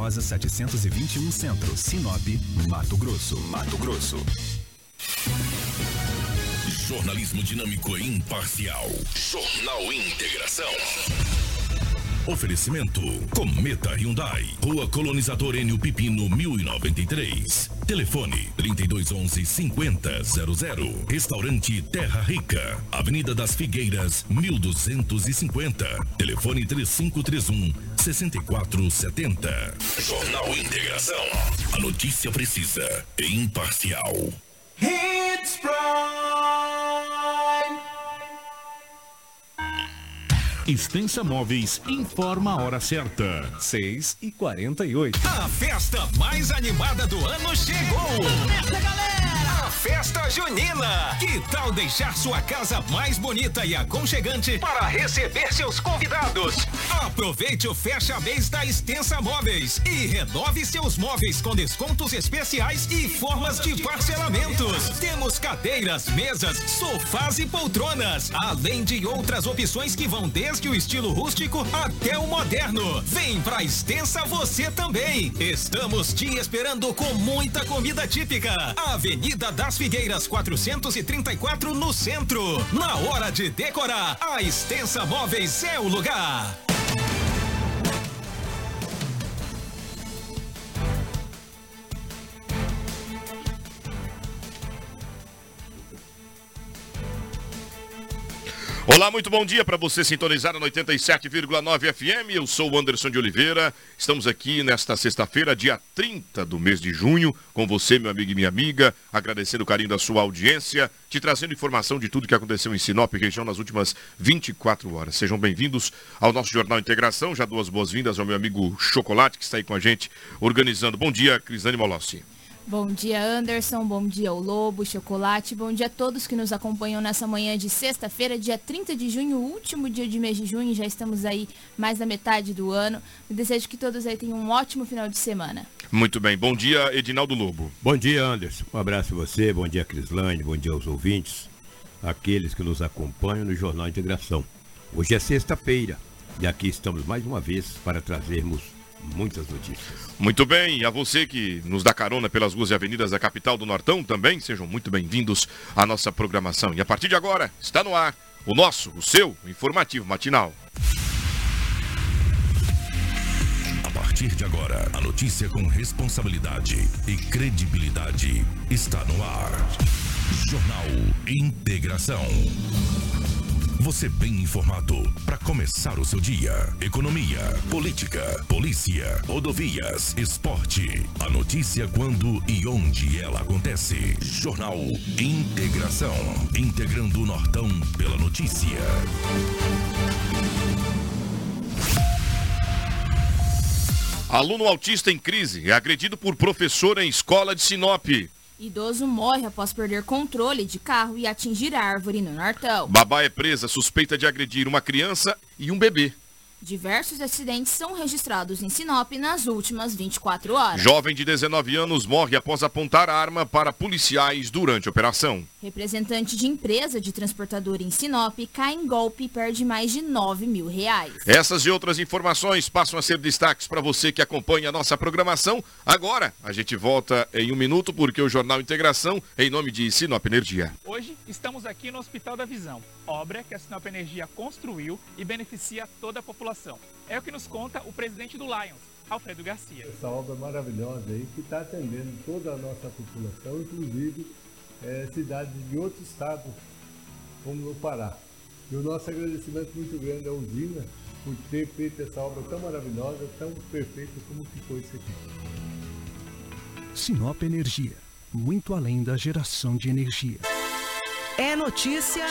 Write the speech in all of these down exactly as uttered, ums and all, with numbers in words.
Rosa setecentos e vinte e um Centro, Sinop, Mato Grosso, Mato Grosso. Jornalismo dinâmico e imparcial. Jornal Integração. Oferecimento Cometa Hyundai, Rua Colonizador Enio Pipino mil e noventa e três. Telefone trinta e dois onze, cinquenta zero zero. Restaurante Terra Rica, Avenida das Figueiras mil duzentos e cinquenta. Telefone três cinco três um, seis quatro sete zero. Jornal Integração. A notícia precisa e imparcial. Hits Prime. Extensa Móveis informa a hora certa. seis e quarenta e oito. A festa mais animada do ano chegou! Festa, galera! A Festa Junina! Que tal deixar sua casa mais bonita e aconchegante para receber seus convidados? Aproveite o Fecha Mês da Extensa Móveis e renove seus móveis com descontos especiais e formas de parcelamentos. Temos cadeiras, mesas, sofás e poltronas, além de outras opções que vão desde o estilo rústico até o moderno. Vem pra Extensa você também. Estamos te esperando com muita comida típica. Avenida das Figueiras quatrocentos e trinta e quatro no centro. Na hora de decorar, a Extensa Móveis é o lugar. Olá, muito bom dia para você sintonizar no oitenta e sete vírgula nove F M. Eu sou o Anderson de Oliveira. Estamos aqui nesta sexta-feira, dia trinta do mês de junho, com você, meu amigo e minha amiga, agradecendo o carinho da sua audiência, te trazendo informação de tudo que aconteceu em Sinop, região, nas últimas vinte e quatro horas. Sejam bem-vindos ao nosso Jornal Integração. Já dou as boas-vindas ao meu amigo Chocolate, que está aí com a gente, organizando. Bom dia, Crislane Molossi. Bom dia, Anderson, bom dia ao Lobo, Chocolate, bom dia a todos que nos acompanham nessa manhã de sexta-feira, dia trinta de junho, último dia de mês de junho, já estamos aí mais da metade do ano. Eu desejo que todos aí tenham um ótimo final de semana. Muito bem, bom dia, Edinaldo Lobo. Bom dia, Anderson, um abraço a você, bom dia, Crislane, bom dia aos ouvintes, aqueles que nos acompanham no Jornal Integração. Hoje é sexta-feira e aqui estamos mais uma vez para trazermos muitas notícias. Muito bem, e a você que nos dá carona pelas ruas e avenidas da capital do Nortão também, sejam muito bem-vindos à nossa programação. E a partir de agora, está no ar o nosso, o seu, informativo matinal. A partir de agora, a notícia com responsabilidade e credibilidade está no ar. Jornal Integração. Você bem informado para começar o seu dia. Economia, política, polícia, rodovias, esporte. A notícia quando e onde ela acontece. Jornal Integração. Integrando o Nortão pela notícia. Aluno autista em crise é agredido por professora em escola de Sinop. Idoso morre após perder controle de carro e atingir árvore no Nortão. Babá é presa suspeita de agredir uma criança e um bebê. Diversos acidentes são registrados em Sinop nas últimas vinte e quatro horas. Jovem de dezenove anos morre após apontar arma para policiais durante a operação. Representante de empresa de transportadora em Sinop cai em golpe e perde mais de nove mil reais. Essas e outras informações passam a ser destaques para você que acompanha a nossa programação. Agora, a gente volta em um minuto porque o Jornal Integração é em nome de Sinop Energia. Hoje estamos aqui no Hospital da Visão, obra que a Sinop Energia construiu e beneficia toda a população. É o que nos conta o presidente do Lions, Alfredo Garcia. Essa obra maravilhosa aí que está atendendo toda a nossa população, inclusive é, cidades de outros estados, como no Pará. E o nosso agradecimento muito grande à usina por ter feito essa obra tão maravilhosa, tão perfeita como ficou isso aqui. Sinop Energia, muito além da geração de energia. É notícia.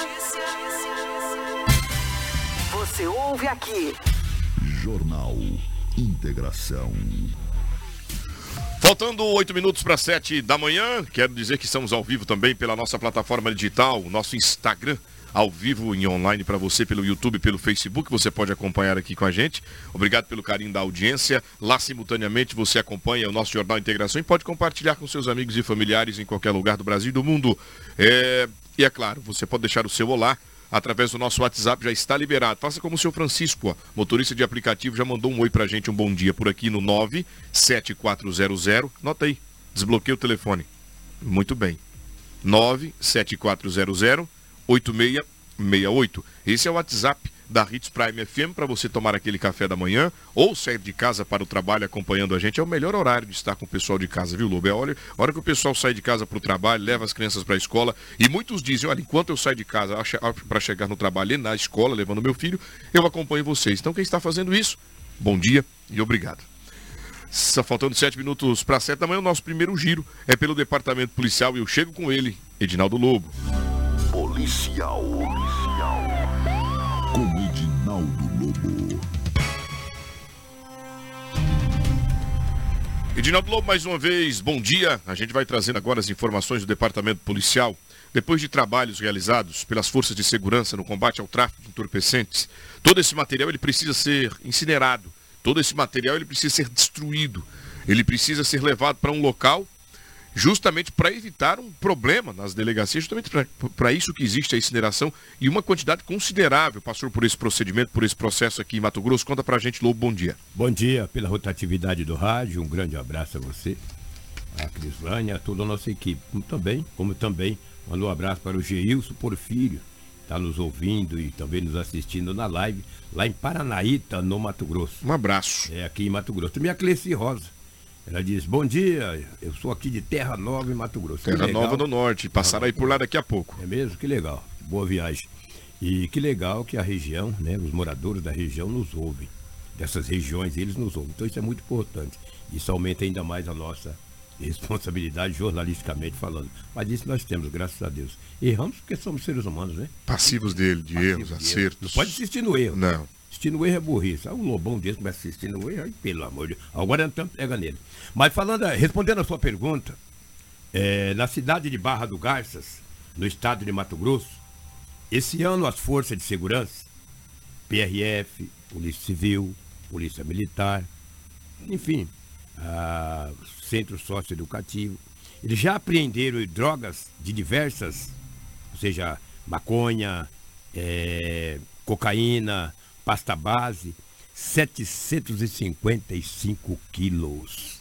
Você ouve aqui. Jornal Integração. Faltando oito minutos para sete da manhã, quero dizer que estamos ao vivo também pela nossa plataforma digital, o nosso Instagram, ao vivo e online para você pelo YouTube, pelo Facebook, você pode acompanhar aqui com a gente. Obrigado pelo carinho da audiência. Lá simultaneamente você acompanha o nosso Jornal Integração e pode compartilhar com seus amigos e familiares em qualquer lugar do Brasil e do mundo. É... E é claro, você pode deixar o seu olá através do nosso WhatsApp, já está liberado. Faça como o seu Francisco, ó, motorista de aplicativo, já mandou um oi pra gente, um bom dia por aqui no nove sete quatro zero zero. Nota aí, desbloqueia o telefone. Muito bem. nove sete quatro zero zero oito seis seis oito. Esse é o WhatsApp da Hits Prime F M para você tomar aquele café da manhã ou sair de casa para o trabalho acompanhando a gente. É o melhor horário de estar com o pessoal de casa, viu, Lobo? É a hora, a hora que o pessoal sai de casa para o trabalho, leva as crianças para a escola e muitos dizem, olha, enquanto eu saio de casa para chegar no trabalho e na escola, levando meu filho, eu acompanho vocês. Então quem está fazendo isso, bom dia e obrigado. Só faltando sete minutos para sete da manhã, o nosso primeiro giro é pelo departamento policial e eu chego com ele, Edinaldo Lobo. Policial. Policial. Com Edinaldo Lobo. Edinaldo Lobo, mais uma vez, bom dia. A gente vai trazendo agora as informações do departamento policial. Depois de trabalhos realizados pelas forças de segurança no combate ao tráfico de entorpecentes, todo esse material ele precisa ser incinerado. Todo esse material ele precisa ser destruído. Ele precisa ser levado para um local justamente para evitar um problema nas delegacias, justamente para isso que existe a incineração e uma quantidade considerável passou por esse procedimento, por esse processo aqui em Mato Grosso. Conta pra gente, Lobo, bom dia. Bom dia pela rotatividade do rádio, um grande abraço a você, a Crislane, a toda a nossa equipe, como também, como também mandou um abraço para o Geilson Porfírio, está nos ouvindo e também nos assistindo na live, lá em Paranaíta, no Mato Grosso. Um abraço. É, aqui em Mato Grosso. Também a Cleci Rosa. Ela diz, bom dia, eu sou aqui de Terra Nova, em Mato Grosso. Terra Nova do Norte, passará aí por lá daqui a pouco. É mesmo? Que legal, boa viagem. E que legal que a região, né, os moradores da região nos ouvem. Dessas regiões eles nos ouvem. Então isso é muito importante. Isso aumenta ainda mais a nossa responsabilidade jornalisticamente falando. Mas isso nós temos, graças a Deus. Erramos porque somos seres humanos, né? Passivos dele, de Passivos erros, de acertos. Não pode insistir no erro. Não. Assistir no erro é burrice. Ah, um lobão desse começa a assistir no erro, aí, pelo amor de Deus. Agora então pega nele. Mas falando, respondendo a sua pergunta, é, na cidade de Barra do Garças, no estado de Mato Grosso, esse ano as forças de segurança, P R F, Polícia Civil, Polícia Militar, enfim, a, Centro Socioeducativo, eles já apreenderam drogas de diversas, ou seja, maconha, é, cocaína, pasta base, setecentos e cinquenta e cinco quilos.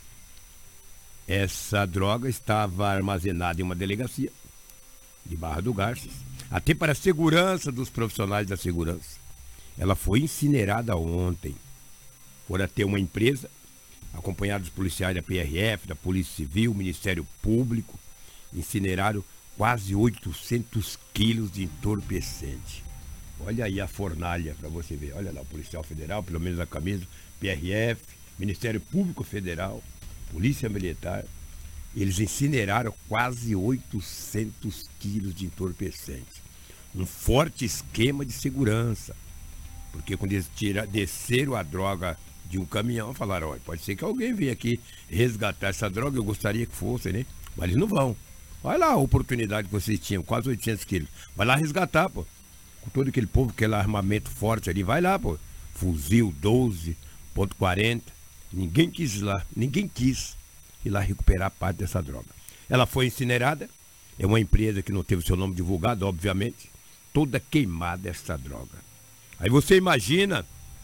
Essa droga estava armazenada em uma delegacia de Barra do Garças, até para a segurança dos profissionais da segurança. Ela foi incinerada ontem. Foram até uma empresa, acompanhados dos policiais da P R F, da Polícia Civil, Ministério Público, incineraram quase oitocentos quilos de entorpecente. Olha aí a fornalha para você ver. Olha lá, o policial federal, pelo menos a camisa, P R F, Ministério Público Federal, Polícia Militar. Eles incineraram quase oitocentos quilos de entorpecente. Um forte esquema de segurança. Porque quando eles tira, desceram a droga de um caminhão, falaram, olha, pode ser que alguém venha aqui resgatar essa droga, eu gostaria que fosse, né? Mas eles não vão. Olha lá a oportunidade que vocês tinham, quase oitocentos quilos. Vai lá resgatar, pô. Com todo aquele povo, aquele armamento forte ali, vai lá, pô. Fuzil doze ponto quarenta. Ninguém quis ir lá, ninguém quis ir lá recuperar parte dessa droga. Ela foi incinerada, é uma empresa que não teve seu nome divulgado, obviamente, toda queimada essa droga. Aí você imagina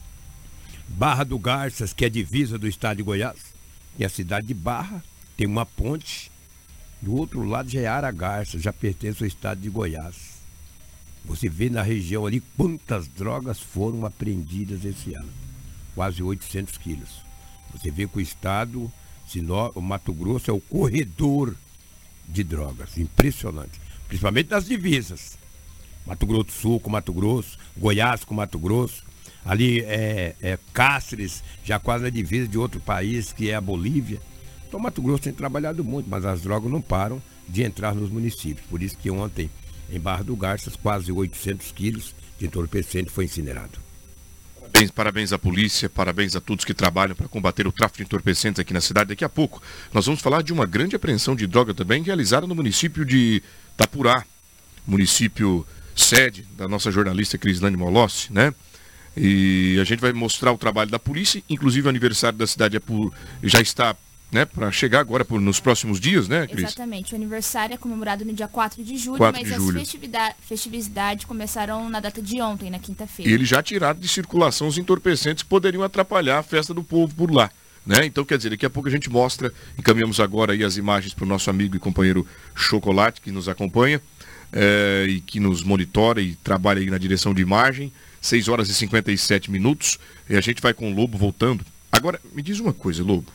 Barra do Garças, que é a divisa do estado de Goiás, e a cidade de Barra tem uma ponte, do outro lado já é Aragarças, já pertence ao estado de Goiás. Você vê na região ali quantas drogas foram apreendidas esse ano. Quase oitocentos quilos. Você vê que o estado, Sinop, o Mato Grosso é o corredor de drogas. Impressionante. Principalmente nas divisas. Mato Grosso do Sul com Mato Grosso, Goiás com Mato Grosso. Ali é, é Cáceres, já quase na divisa de outro país, que é a Bolívia. Então Mato Grosso tem trabalhado muito, mas as drogas não param de entrar nos municípios. Por isso que ontem, em Barra do Garças, quase oitocentos quilos de entorpecente foi incinerado. Parabéns, parabéns à polícia, parabéns a todos que trabalham para combater o tráfico de entorpecentes aqui na cidade. Daqui a pouco nós vamos falar de uma grande apreensão de droga também realizada no município de Itapurá, município sede da nossa jornalista Crislane Molossi, né? E a gente vai mostrar o trabalho da polícia, inclusive o aniversário da cidade é por, já está né, para chegar agora por, nos próximos dias, né, Cris? Exatamente. O aniversário é comemorado no dia quatro de julho, quatro mas de as julho. festividade, festividades começaram na data de ontem, na quinta-feira. E eles já tiraram de circulação os entorpecentes que poderiam atrapalhar a festa do povo por lá. Né? Então, quer dizer, daqui a pouco a gente mostra, encaminhamos agora aí as imagens para o nosso amigo e companheiro Chocolate, que nos acompanha é, e que nos monitora e trabalha aí na direção de imagem. seis horas e cinquenta e sete minutos. E a gente vai com o Lobo voltando. Agora, me diz uma coisa, Lobo.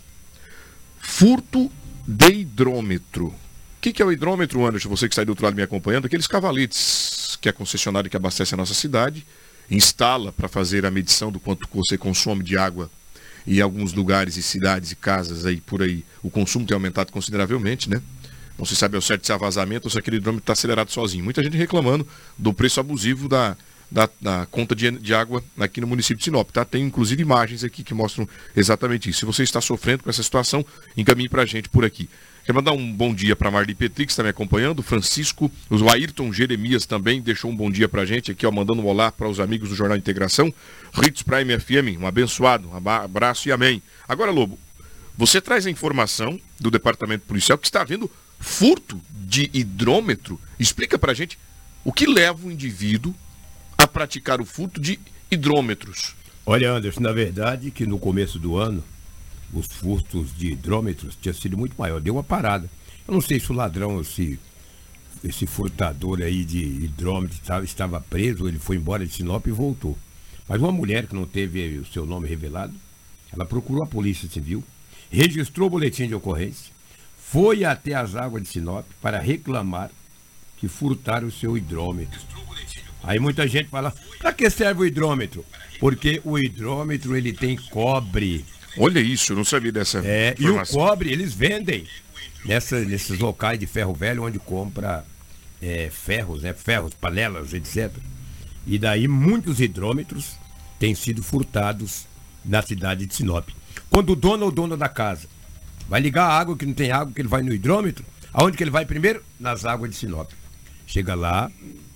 Furto de hidrômetro. O que, que é o hidrômetro, Anderson? Você que está aí do outro lado me acompanhando. Aqueles cavaletes que a concessionária que abastece a nossa cidade instala para fazer a medição do quanto você consome de água. E em alguns lugares e cidades e casas aí por aí, o consumo tem aumentado consideravelmente, né? Não se sabe ao certo se há vazamento ou se aquele hidrômetro está acelerado sozinho. Muita gente reclamando do preço abusivo da, da, da conta de, de água aqui no município de Sinop, tá? Tem inclusive imagens aqui que mostram exatamente isso. Se você está sofrendo com essa situação, encaminhe para a gente por aqui. Quero mandar um bom dia para Marli Petri, que está me acompanhando, o Francisco, o Ayrton Jeremias também deixou um bom dia para a gente aqui, ó, mandando um olá para os amigos do Jornal Integração. Ritz Prime F M, um abençoado, um abraço e amém. Agora, Lobo, você traz a informação do Departamento Policial que está havendo furto de hidrômetro. Explica para a gente o que leva o indivíduo a praticar o furto de hidrômetros. Olha, Anderson, na verdade que no começo do ano, os furtos de hidrômetros tinham sido muito maior, deu uma parada. Eu não sei se o ladrão, esse, esse furtador aí de hidrômetro estava, estava preso, ele foi embora de Sinop e voltou. Mas uma mulher que não teve o seu nome revelado, ela procurou a Polícia Civil, registrou o boletim de ocorrência, foi até as águas de Sinop para reclamar que furtaram o seu hidrômetro. Aí muita gente fala, para que serve o hidrômetro? Porque o hidrômetro ele tem cobre. Olha isso, eu não sabia dessa é, informação. E o cobre eles vendem nessa, nesses locais de ferro velho onde compra é, ferros, né? Ferros, panelas, etcétera. E daí muitos hidrômetros têm sido furtados na cidade de Sinop. Quando o dono ou dona da casa vai ligar a água que não tem água, que ele vai no hidrômetro, aonde que ele vai primeiro? Nas águas de Sinop. Chega lá,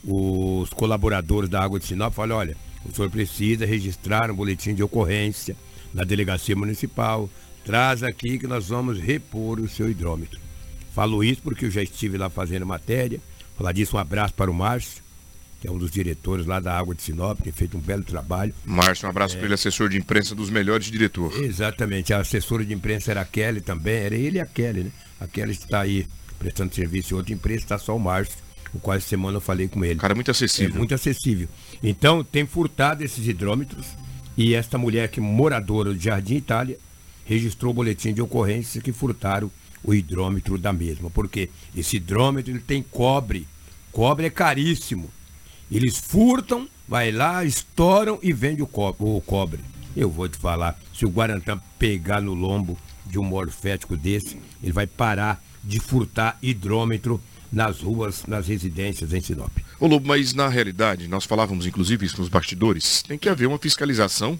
os colaboradores da água de Sinop falam, olha, o senhor precisa registrar um boletim de ocorrência na delegacia municipal, traz aqui que nós vamos repor o seu hidrômetro. Falo isso porque eu já estive lá fazendo matéria, falar disso, um abraço para o Márcio, que é um dos diretores lá da Água de Sinop, tem feito um belo trabalho. Márcio, um abraço é... para ele, assessor de imprensa dos melhores diretores. Exatamente, a assessora de imprensa era a Kelly também, era ele e a Kelly, né? A Kelly está aí prestando serviço em outra empresa, está só o Márcio, o qual essa semana eu falei com ele. Cara, é muito acessível. É muito acessível. Então, tem furtado esses hidrômetros, e esta mulher que moradora do Jardim Itália registrou o boletim de ocorrência que furtaram o hidrômetro da mesma. Porque esse hidrômetro ele tem cobre. Cobre é caríssimo. Eles furtam, vai lá, estouram e vendem o cobre. O cobre. Eu vou te falar, se o Guarantã pegar no lombo de um morfético desse, ele vai parar de furtar hidrômetro nas ruas, nas residências em Sinop. Ô Lobo, mas na realidade, nós falávamos inclusive isso nos bastidores, tem que haver uma fiscalização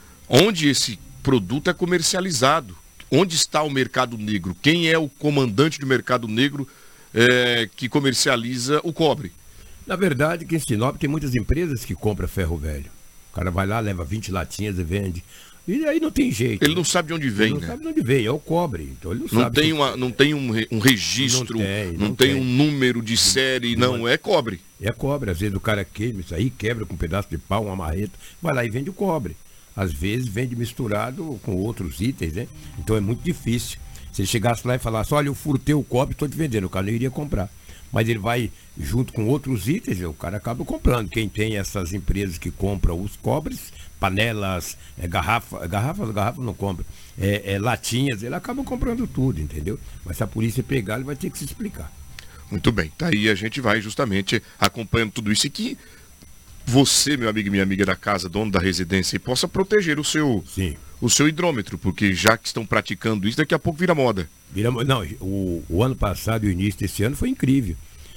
onde esse produto é comercializado. Onde está o mercado negro? Quem é o comandante do mercado negro é, que comercializa o cobre? Na verdade, que em Sinop tem muitas empresas que compram ferro velho. O cara vai lá, leva vinte latinhas e vende. E aí não tem jeito. Ele não sabe de onde vem, ele não né? Não sabe de onde vem, é o cobre. Então ele não, não sabe. Tem uma, não tem um, um registro, não tem, não não tem, tem um número de série, não, não, é cobre. É cobre. Às vezes o cara queima isso aí, quebra com um pedaço de pau, uma marreta, vai lá e vende o cobre. Às vezes vende misturado com outros itens, né? Então é muito difícil. Se ele chegasse lá e falasse, olha, eu furtei o cobre, estou te vendendo, o cara não iria comprar. Mas ele vai junto com outros itens, o cara acaba comprando. Quem tem essas empresas que compram os cobres, panelas, é, garrafa, garrafas, garrafa não compra, é, é, latinhas, ele acaba comprando tudo, entendeu? Mas se a polícia pegar, ele vai ter que se explicar. Muito bem, tá aí a gente vai justamente acompanhando tudo isso e que você, meu amigo e minha amiga da casa, dono da residência, possa proteger o seu, Sim. o seu hidrômetro, porque já que estão praticando isso, daqui a pouco vira moda. Vira, não, o, o ano passado e o início desse ano foi incrível.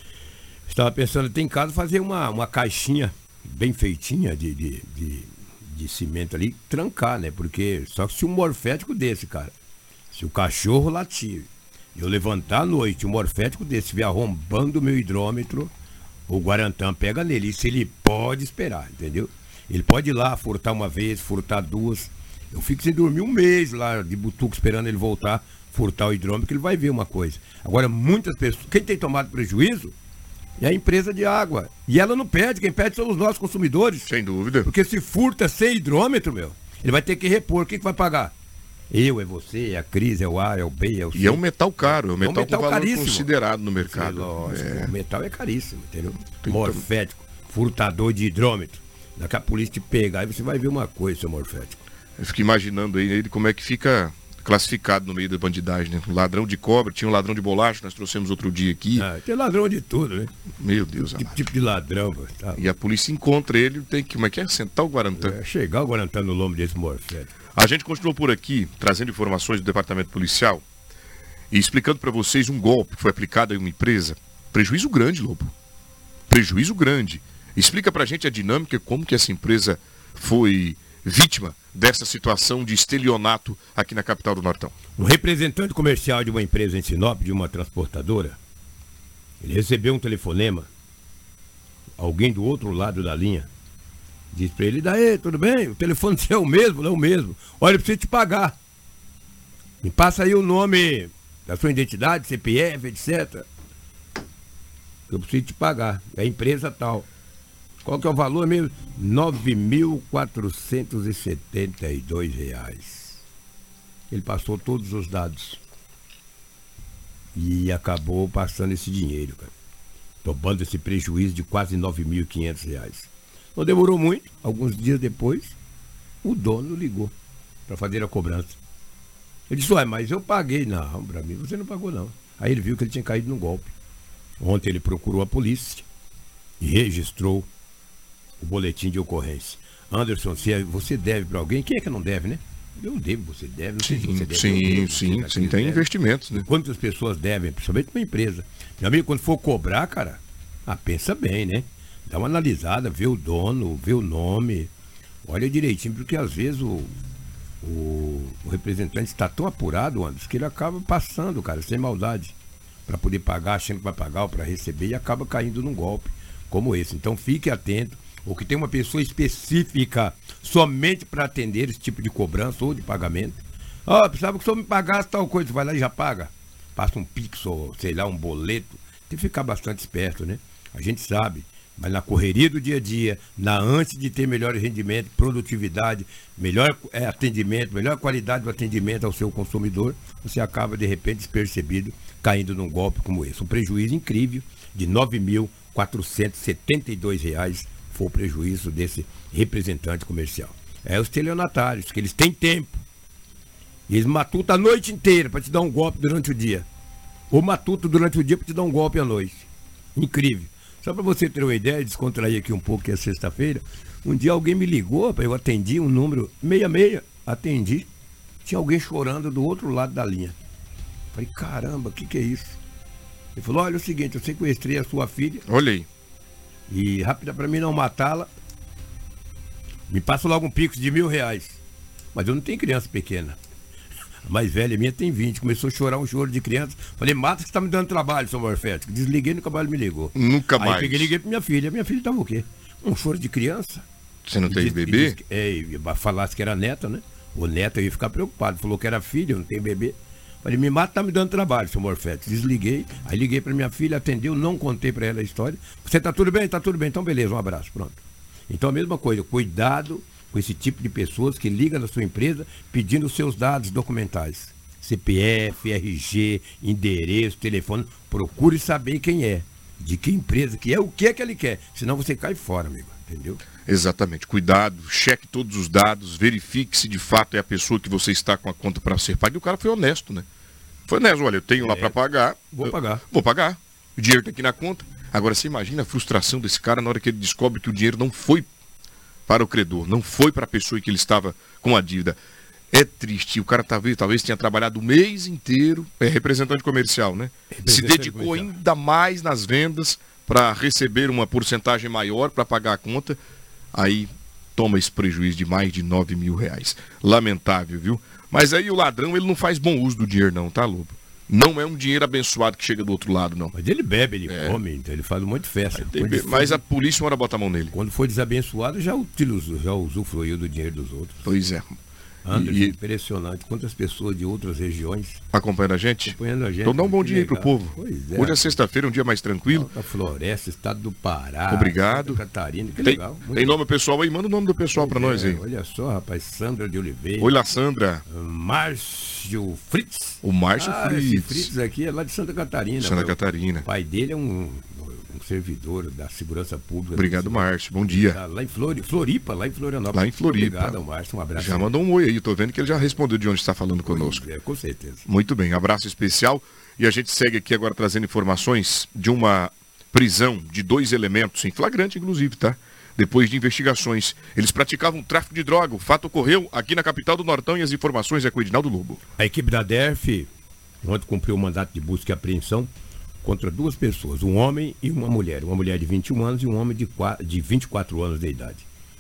Estava pensando até em casa fazer uma, uma caixinha bem feitinha de, de, de, de cimento ali, trancar, né? Porque só que se um morfético desse, cara, se o cachorro latir, eu levantar à noite, um morfético desse vier arrombando o meu hidrômetro, o Guarantã pega nele. Isso ele pode esperar, entendeu? Ele pode ir lá, furtar uma vez, furtar duas. Eu fico sem dormir um mês lá de butuco esperando ele voltar, furtar o hidrômetro, que ele vai ver uma coisa. Agora, muitas pessoas, quem tem tomado prejuízo é a empresa de água. E ela não perde, quem perde são os nossos consumidores. Sem dúvida. Porque se furta sem hidrômetro, meu, ele vai ter que repor. Quem que vai pagar? Eu, é você, é a Cris, é o A, é o B, é o C. E é um metal caro, é um metal, é um metal com valor caríssimo. Considerado no mercado. Sim, lógico, é. O metal é caríssimo, entendeu? Tem Morfético, furtador de hidrômetro. Daqui a polícia te pegar, aí você vai ver uma coisa, seu morfético. Eu fico imaginando aí ele como é que fica classificado no meio da bandidagem, né? Ladrão de cobre, tinha um ladrão de bolacha, nós trouxemos outro dia aqui. Ah, tem ladrão de tudo, né? Meu Deus, Que tipo de ladrão, pô, tá? E a polícia encontra ele, tem que, como é que é? Sentar o Guarantã. É, chegar o Guarantã no lombo desse morfético. A gente continuou por aqui, trazendo informações do departamento policial e explicando para vocês um golpe que foi aplicado em uma empresa. Prejuízo grande, Lobo. Prejuízo grande. Explica pra gente a dinâmica, como que essa empresa foi vítima dessa situação de estelionato aqui na capital do Nortão. Um representante comercial de uma empresa em Sinop, de uma transportadora, ele recebeu um telefonema, alguém do outro lado da linha, disse pra ele, daí, tudo bem? O telefone é o mesmo, não é o mesmo. Olha, eu preciso te pagar. Me passa aí o nome da sua identidade, C P F, etcétera. Eu preciso te pagar. É a empresa tal. Qual que é o valor mesmo? nove mil quatrocentos e setenta e dois reais. Ele passou todos os dados. E acabou passando esse dinheiro, cara. Tomando esse prejuízo de quase nove mil e quinhentos reais. Não demorou muito, alguns dias depois, o dono ligou para fazer a cobrança. Ele disse, ué, mas eu paguei. Não, para mim você não pagou não. Aí ele viu que ele tinha caído num golpe. Ontem ele procurou a polícia e registrou o boletim de ocorrência. Anderson, se você deve para alguém, quem é que não deve, né? Eu devo, você deve, não sei sim, se você deve. Sim, devo, sim, você sim, tem deve. investimentos, né? Quantas pessoas devem, principalmente uma empresa. Meu amigo, quando for cobrar, cara, ah, pensa bem, né? Dá uma analisada, vê o dono, vê o nome, olha direitinho, porque às vezes o, o, o representante está tão apurado, Anderson, que ele acaba passando, cara, sem maldade, para poder pagar, achando que vai pagar ou para receber, e acaba caindo num golpe como esse. Então fique atento, ou que tem uma pessoa específica somente para atender esse tipo de cobrança ou de pagamento. Ó, oh, precisava que o senhor me pagasse tal coisa, vai lá e já paga. Passa um pix ou, sei lá, um boleto. Tem que ficar bastante esperto, né? A gente sabe. Mas na correria do dia a dia, na antes de ter melhor rendimento, produtividade, melhor é, atendimento, melhor qualidade do atendimento ao seu consumidor, você acaba de repente despercebido caindo num golpe como esse. Um prejuízo incrível de nove mil quatrocentos e setenta e dois reais foi o prejuízo desse representante comercial. É os estelionatários, que eles têm tempo. Eles matutam a noite inteira para te dar um golpe durante o dia. Ou matutam durante o dia para te dar um golpe à noite. Incrível. Só para você ter uma ideia, descontrair aqui um pouco, que é sexta-feira, um dia alguém me ligou, eu atendi um número seis seis, atendi, tinha alguém chorando do outro lado da linha. Falei, caramba, o que, que é isso? Ele falou, olha, é o seguinte, eu sequestrei a sua filha. Olha aí. E rápida para mim não matá-la, me passa logo um pix de mil reais. Mas eu não tenho criança pequena. A mais velha minha tem vinte, começou a chorar um choro de criança. Falei, mata que você tá me dando trabalho, seu morfético. Desliguei, nunca mais me ligou. Nunca Aí mais. Aí peguei e liguei pra minha filha. Minha filha tava o quê? Um choro de criança. Você não e tem diz, bebê? E diz, é, e falasse que era neta, né? O neto eu ia ficar preocupado. Falou que era filha, eu não tenho bebê. Falei, me mata, tá me dando trabalho, seu morfético. Desliguei. Aí liguei pra minha filha, atendeu, não contei pra ela a história. Você tá tudo bem? Tá tudo bem. Então beleza, um abraço, pronto. Então a mesma coisa, cuidado com esse tipo de pessoas que ligam na sua empresa pedindo os seus dados documentais. C P F, R G, endereço, telefone. Procure saber quem é, de que empresa que é, o que é que ele quer. Senão você cai fora, amigo. Entendeu? Exatamente. Cuidado, cheque todos os dados, verifique se de fato é a pessoa que você está com a conta para ser paga. E o cara foi honesto, né? Foi honesto. Olha, eu tenho é, lá para pagar. Vou pagar. Vou pagar. O dinheiro está aqui na conta. Agora, você imagina a frustração desse cara na hora que ele descobre que o dinheiro não foi para o credor, não foi para a pessoa que ele estava com a dívida. É triste. O cara talvez, talvez tenha trabalhado o mês inteiro, é representante comercial, né? Representante Se dedicou comercial. ainda mais nas vendas para receber uma porcentagem maior para pagar a conta. Aí toma esse prejuízo de mais de nove mil reais. Lamentável, viu? Mas aí o ladrão, ele não faz bom uso do dinheiro não, tá, Lobo? Não é um dinheiro abençoado que chega do outro lado, não. Mas ele bebe, ele é. come, então ele faz um monte de festa. Mas, mas a polícia uma hora bota a mão nele. Quando foi desabençoado, já, utilizou, já usufruiu do dinheiro dos outros. Pois é. Anderson, E- impressionante. Quantas pessoas de outras regiões Acompanhando a gente? acompanhando a gente. Então dá um bom Que dia aí pro legal. povo. Pois é. Hoje é sexta-feira, um dia mais tranquilo. Alta Floresta, estado do Pará. Obrigado. Santa Catarina, que Tem, legal. Muito tem nome pessoal aí? Manda o nome do pessoal pra nós aí. É, olha só, rapaz, Sandra de Oliveira. Oi, lá, Sandra. Márcio Fritz. O Márcio ah, Fritz. Esse Fritz aqui é lá de Santa Catarina. Santa meu. Catarina. O pai dele é um, um servidor da segurança pública. Obrigado, Márcio. Bom dia. Tá lá em Flori- Floripa, lá em Florianópolis. Lá em Floripa. Obrigado ao Márcio, um abraço. Já mandou um oi aí, tô vendo que ele já respondeu de onde está falando conosco. É, com certeza. Muito bem, abraço especial. E a gente segue aqui agora trazendo informações de uma prisão de dois elementos, em flagrante inclusive, tá? Depois de investigações. Eles praticavam tráfico de droga. O fato ocorreu aqui na capital do Nortão e as informações é com o Edinaldo Lobo. A equipe da D E R F ontem cumpriu o mandato de busca e apreensão contra duas pessoas, um homem e uma mulher. Uma mulher de vinte e um anos e um homem de, qua- de vinte e quatro anos de idade.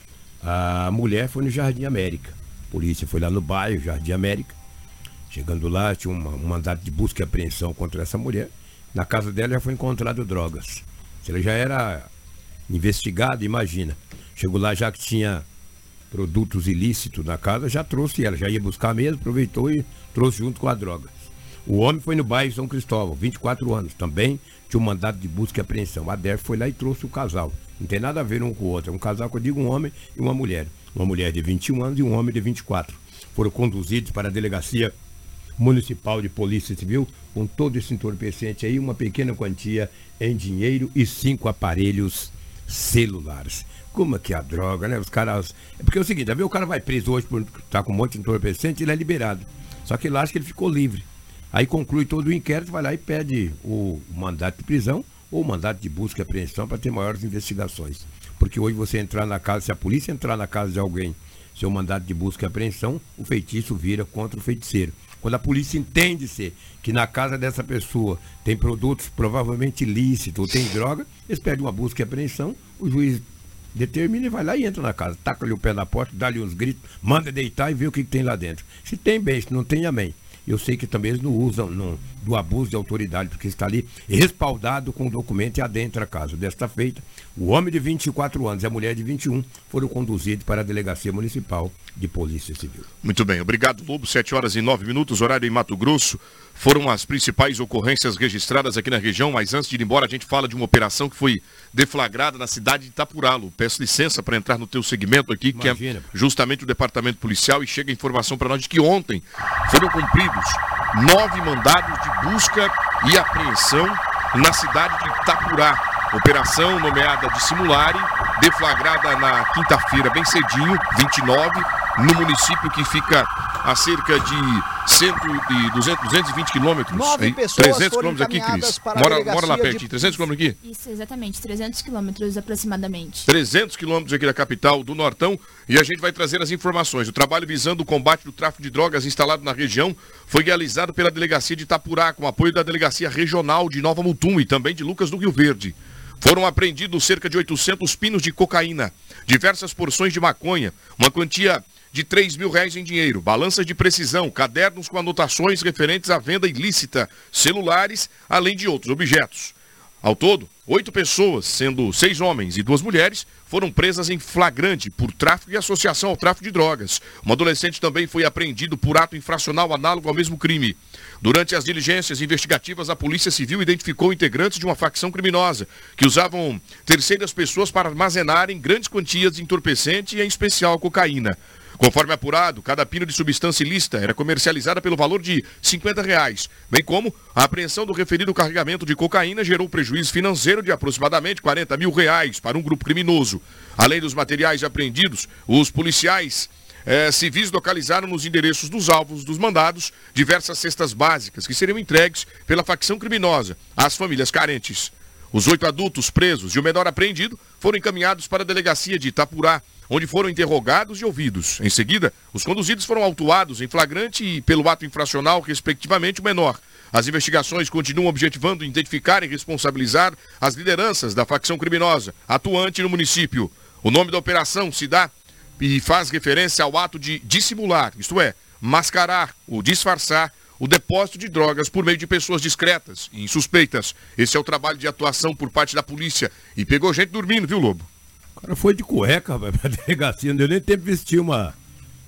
A mulher foi no Jardim América. A polícia foi lá no bairro, Jardim América. Chegando lá, tinha uma- um mandato de busca e apreensão contra essa mulher. Na casa dela já foi encontrado drogas. Se ela já era investigada, imagina. Chegou lá já que tinha produtos ilícitos na casa, já trouxe ela, já ia buscar mesmo, aproveitou e trouxe junto com a droga. O homem foi no bairro São Cristóvão, vinte e quatro anos, também tinha um mandato de busca e apreensão. A D E R F foi lá e trouxe o casal. Não tem nada a ver um com o outro, é um casal que eu digo um homem e uma mulher. Uma mulher de vinte e um anos e um homem de vinte e quatro. Foram conduzidos para a delegacia municipal de polícia civil com todo esse entorpecente aí, uma pequena quantia em dinheiro e cinco aparelhos celulares. Como é que é a droga, né? Os caras. É porque é o seguinte, tá vendo? O cara vai preso hoje por estar com um monte de entorpecente, ele é liberado. Só que ele acha que ele ficou livre. Aí conclui todo o inquérito, vai lá e pede o mandato de prisão ou o mandato de busca e apreensão para ter maiores investigações. Porque hoje você entrar na casa, se a polícia entrar na casa de alguém, seu mandato de busca e apreensão, o feitiço vira contra o feiticeiro. Quando a polícia entende-se que na casa dessa pessoa tem produtos provavelmente ilícitos ou tem droga, eles pedem uma busca e apreensão, o juiz determina e vai lá e entra na casa, taca-lhe o pé na porta, dá-lhe uns gritos, manda deitar e vê o que, que tem lá dentro. Se tem bem, se não tem, amém. Eu sei que também eles não usam não, do abuso de autoridade, porque está ali respaldado com o documento e adentra a casa. Desta feita, o homem de vinte e quatro anos e a mulher de vinte e um foram conduzidos para a Delegacia Municipal de Polícia Civil. Muito bem, obrigado, Lobo. sete horas e nove minutos, horário em Mato Grosso. Foram as principais ocorrências registradas aqui na região, mas antes de ir embora, a gente fala de uma operação que foi deflagrada na cidade de Itapuralo. Peço licença para entrar no teu segmento aqui, Imagina. que é justamente o departamento policial, e chega a informação para nós de que ontem foram cumpridos nove mandados de busca e apreensão na cidade de Itapurá. Operação nomeada de Simulare, deflagrada na quinta-feira, bem cedinho, vinte e nove, no município que fica a cerca de cem e duzentos, duzentos e vinte quilômetros. Nove aí, pessoas trezentos foram quilômetros aqui, encaminhadas Cris. para a Mora, delegacia mora lá de- pertinho, trezentos quilômetros aqui? Isso, exatamente, trezentos quilômetros aproximadamente. trezentos quilômetros aqui da capital do Nortão, e a gente vai trazer as informações. O trabalho visando o combate do tráfico de drogas instalado na região foi realizado pela Delegacia de Itapurá, com apoio da Delegacia Regional de Nova Mutum e também de Lucas do Rio Verde. Foram apreendidos cerca de oitocentos pinos de cocaína, diversas porções de maconha, uma quantia de três mil reais em dinheiro, balanças de precisão, cadernos com anotações referentes à venda ilícita, celulares, além de outros objetos. Ao todo, oito pessoas, sendo seis homens e duas mulheres, foram presas em flagrante por tráfico e associação ao tráfico de drogas. Um adolescente também foi apreendido por ato infracional análogo ao mesmo crime. Durante as diligências investigativas, a Polícia Civil identificou integrantes de uma facção criminosa que usavam terceiras pessoas para armazenarem grandes quantias de entorpecente e, em especial, cocaína. Conforme apurado, cada pino de substância ilícita era comercializada pelo valor de cinquenta reais, bem como a apreensão do referido carregamento de cocaína gerou prejuízo financeiro de aproximadamente quarenta mil reais para um grupo criminoso. Além dos materiais apreendidos, os policiais eh, civis localizaram nos endereços dos alvos dos mandados diversas cestas básicas que seriam entregues pela facção criminosa às famílias carentes. Os oito adultos presos e o menor apreendido foram encaminhados para a delegacia de Itapurá, onde foram interrogados e ouvidos. Em seguida, os conduzidos foram autuados em flagrante e pelo ato infracional, respectivamente, o menor. As investigações continuam objetivando identificar e responsabilizar as lideranças da facção criminosa atuante no município. O nome da operação se dá e faz referência ao ato de dissimular, isto é, mascarar ou disfarçar o depósito de drogas por meio de pessoas discretas e insuspeitas. Esse é o trabalho de atuação por parte da polícia. E pegou gente dormindo, viu, Lobo? O cara foi de cueca, rapaz, pra delegacia, não deu nem tempo de vestir uma,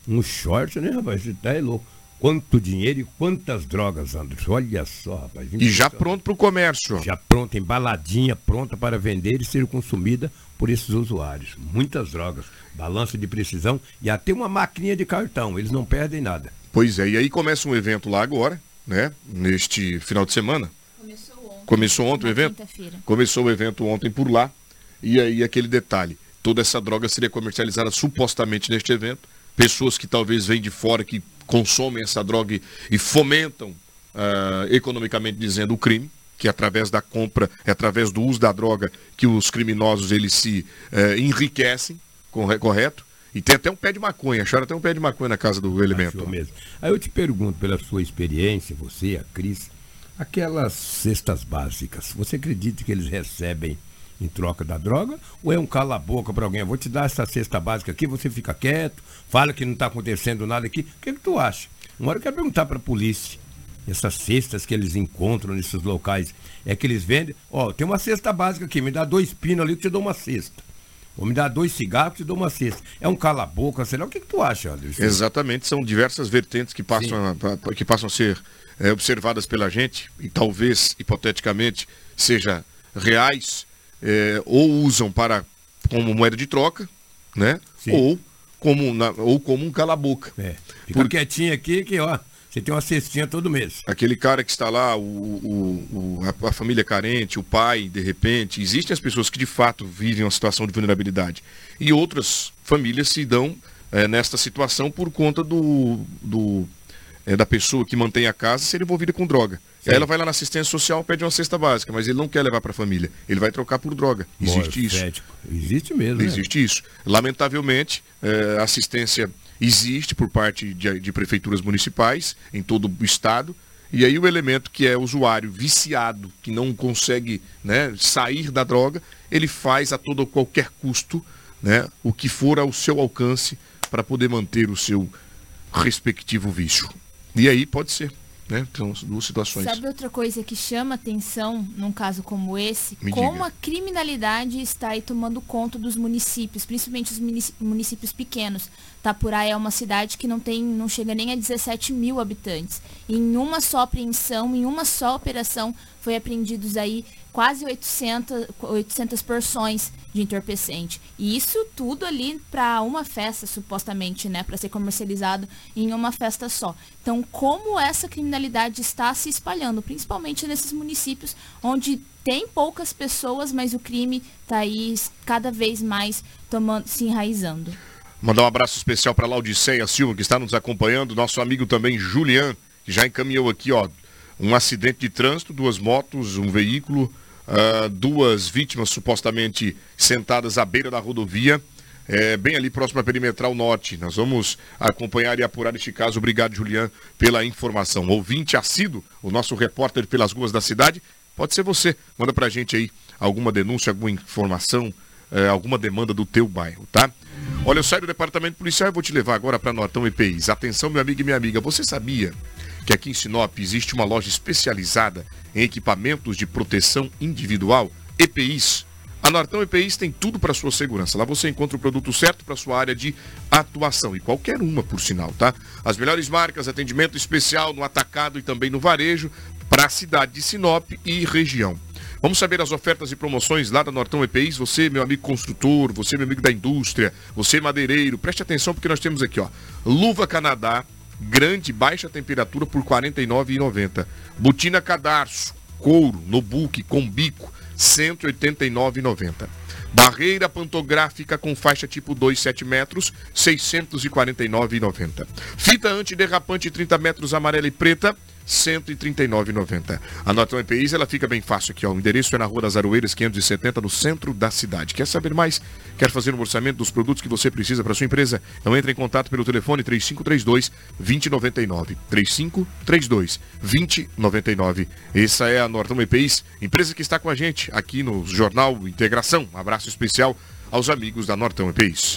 Um short, né, rapaz? Você tá é louco. Quanto dinheiro e quantas drogas, Anderson. Olha só, rapaz. E já pronto para o comércio. Já pronta, embaladinha, pronta para vender e ser consumida por esses usuários. Muitas drogas, balança de precisão e até uma maquininha de cartão. Eles não perdem nada. Pois é, e aí começa um evento lá agora, né? Neste final de semana. Começou ontem. Começou ontem o evento? Começou o evento ontem por lá. E aí aquele detalhe. Toda essa droga seria comercializada supostamente neste evento. Pessoas que talvez vêm de fora, que consomem essa droga e, e fomentam, uh, economicamente dizendo, o crime, que através da compra, é através do uso da droga que os criminosos eles se uh, enriquecem, correto? E tem até um pé de maconha, acharam até um pé de maconha na casa do elemento. Achou mesmo. Aí eu te pergunto, pela sua experiência, você, a Cris, aquelas cestas básicas, você acredita que eles recebem em troca da droga, ou é um cala-boca para alguém? Eu vou te dar essa cesta básica aqui, você fica quieto, fala que não está acontecendo nada aqui. O que, que tu acha? Uma hora eu quero perguntar para a polícia, essas cestas que eles encontram nesses locais, é que eles vendem, ó, tem uma cesta básica aqui, me dá dois pinos ali que eu te dou uma cesta. Ou me dá dois cigarros e te dou uma cesta. É um cala-boca, sei lá, o que, que tu acha, Anderson? Exatamente, são diversas vertentes que passam, a, que passam a ser é, observadas pela gente, e talvez, hipoteticamente, seja reais, É, ou usam para como moeda de troca, né? Ou como, na, ou como um cala-boca. É. Fica Por... quietinho aqui que, ó, você tem uma cestinha todo mês. Aquele cara que está lá, o, o, o, a, a família carente, o pai, de repente, existem as pessoas que de fato vivem uma situação de vulnerabilidade. E outras famílias se dão é, nesta situação por conta do, do, é, da pessoa que mantém a casa ser envolvida com droga. Sim. Aí ela vai lá na assistência social, pede uma cesta básica, mas ele não quer levar para a família. Ele vai trocar por droga. Existe Bom, isso. Fético. Existe mesmo. Existe né? isso. Lamentavelmente, é, a assistência existe por parte de, de prefeituras municipais em todo o estado. E aí o elemento que é usuário viciado, que não consegue, né, sair da droga, ele faz a todo qualquer custo, né, o que for ao seu alcance para poder manter o seu respectivo vício. E aí pode ser. Né? Então, duas situações. Sabe outra coisa que chama atenção num caso como esse? Me como diga. A criminalidade está aí tomando conta dos municípios, principalmente os municípios pequenos. Tapurá é uma cidade que não tem, não chega nem a dezessete mil habitantes. Em uma só apreensão, em uma só operação, foi apreendidos aí quase oitocentas, oitocentas porções de entorpecente. E isso tudo ali para uma festa, supostamente, né, para ser comercializado em uma festa só. Então, como essa criminalidade está se espalhando, principalmente nesses municípios onde tem poucas pessoas, mas o crime está aí cada vez mais tomando, se enraizando. Mandar um abraço especial para Laudiceia Silva, que está nos acompanhando, nosso amigo também Julian, que já encaminhou aqui, ó, um acidente de trânsito, duas motos, um veículo, uh, duas vítimas supostamente sentadas à beira da rodovia, é, bem ali próximo à Perimetral Norte. Nós vamos acompanhar e apurar este caso. Obrigado, Julian, pela informação. Ouvinte assíduo, o nosso repórter pelas ruas da cidade, pode ser você. Manda pra gente aí alguma denúncia, alguma informação, é, alguma demanda do teu bairro, tá? Olha, eu saio do departamento policial e vou te levar agora para Nortão E P Is. Atenção, meu amigo e minha amiga, você sabia que aqui em Sinop existe uma loja especializada em equipamentos de proteção individual, E P Is? A Nortão E P Is tem tudo para sua segurança. Lá você encontra o produto certo para sua área de atuação, e qualquer uma, por sinal, tá? As melhores marcas, atendimento especial no atacado e também no varejo para a cidade de Sinop e região. Vamos saber as ofertas e promoções lá da Nortão E P Is. Você, meu amigo construtor, você, meu amigo da indústria, você, madeireiro, preste atenção porque nós temos aqui, ó, luva Canadá, grande e baixa temperatura por quarenta e nove reais e noventa centavos. Botina Cadarço, couro, no book, com bico, cento e oitenta e nove reais e noventa centavos. Barreira pantográfica com faixa tipo dois, sete metros, seiscentos e quarenta e nove reais e noventa centavos. Fita antiderrapante trinta metros, amarela e preta, cento e trinta e nove reais e noventa centavos. A Nortão E P Is, ela fica bem fácil aqui, ó. O endereço é na Rua das Aroeiras, quinhentos e setenta, no centro da cidade. Quer saber mais? Quer fazer um orçamento dos produtos que você precisa para sua empresa? Então entre em contato pelo telefone três cinco três dois, dois zero nove nove. três cinco três dois, dois zero nove nove. Essa é a Nortão E P Is, empresa que está com a gente aqui no Jornal Integração. Um abraço especial aos amigos da Nortão E P Is.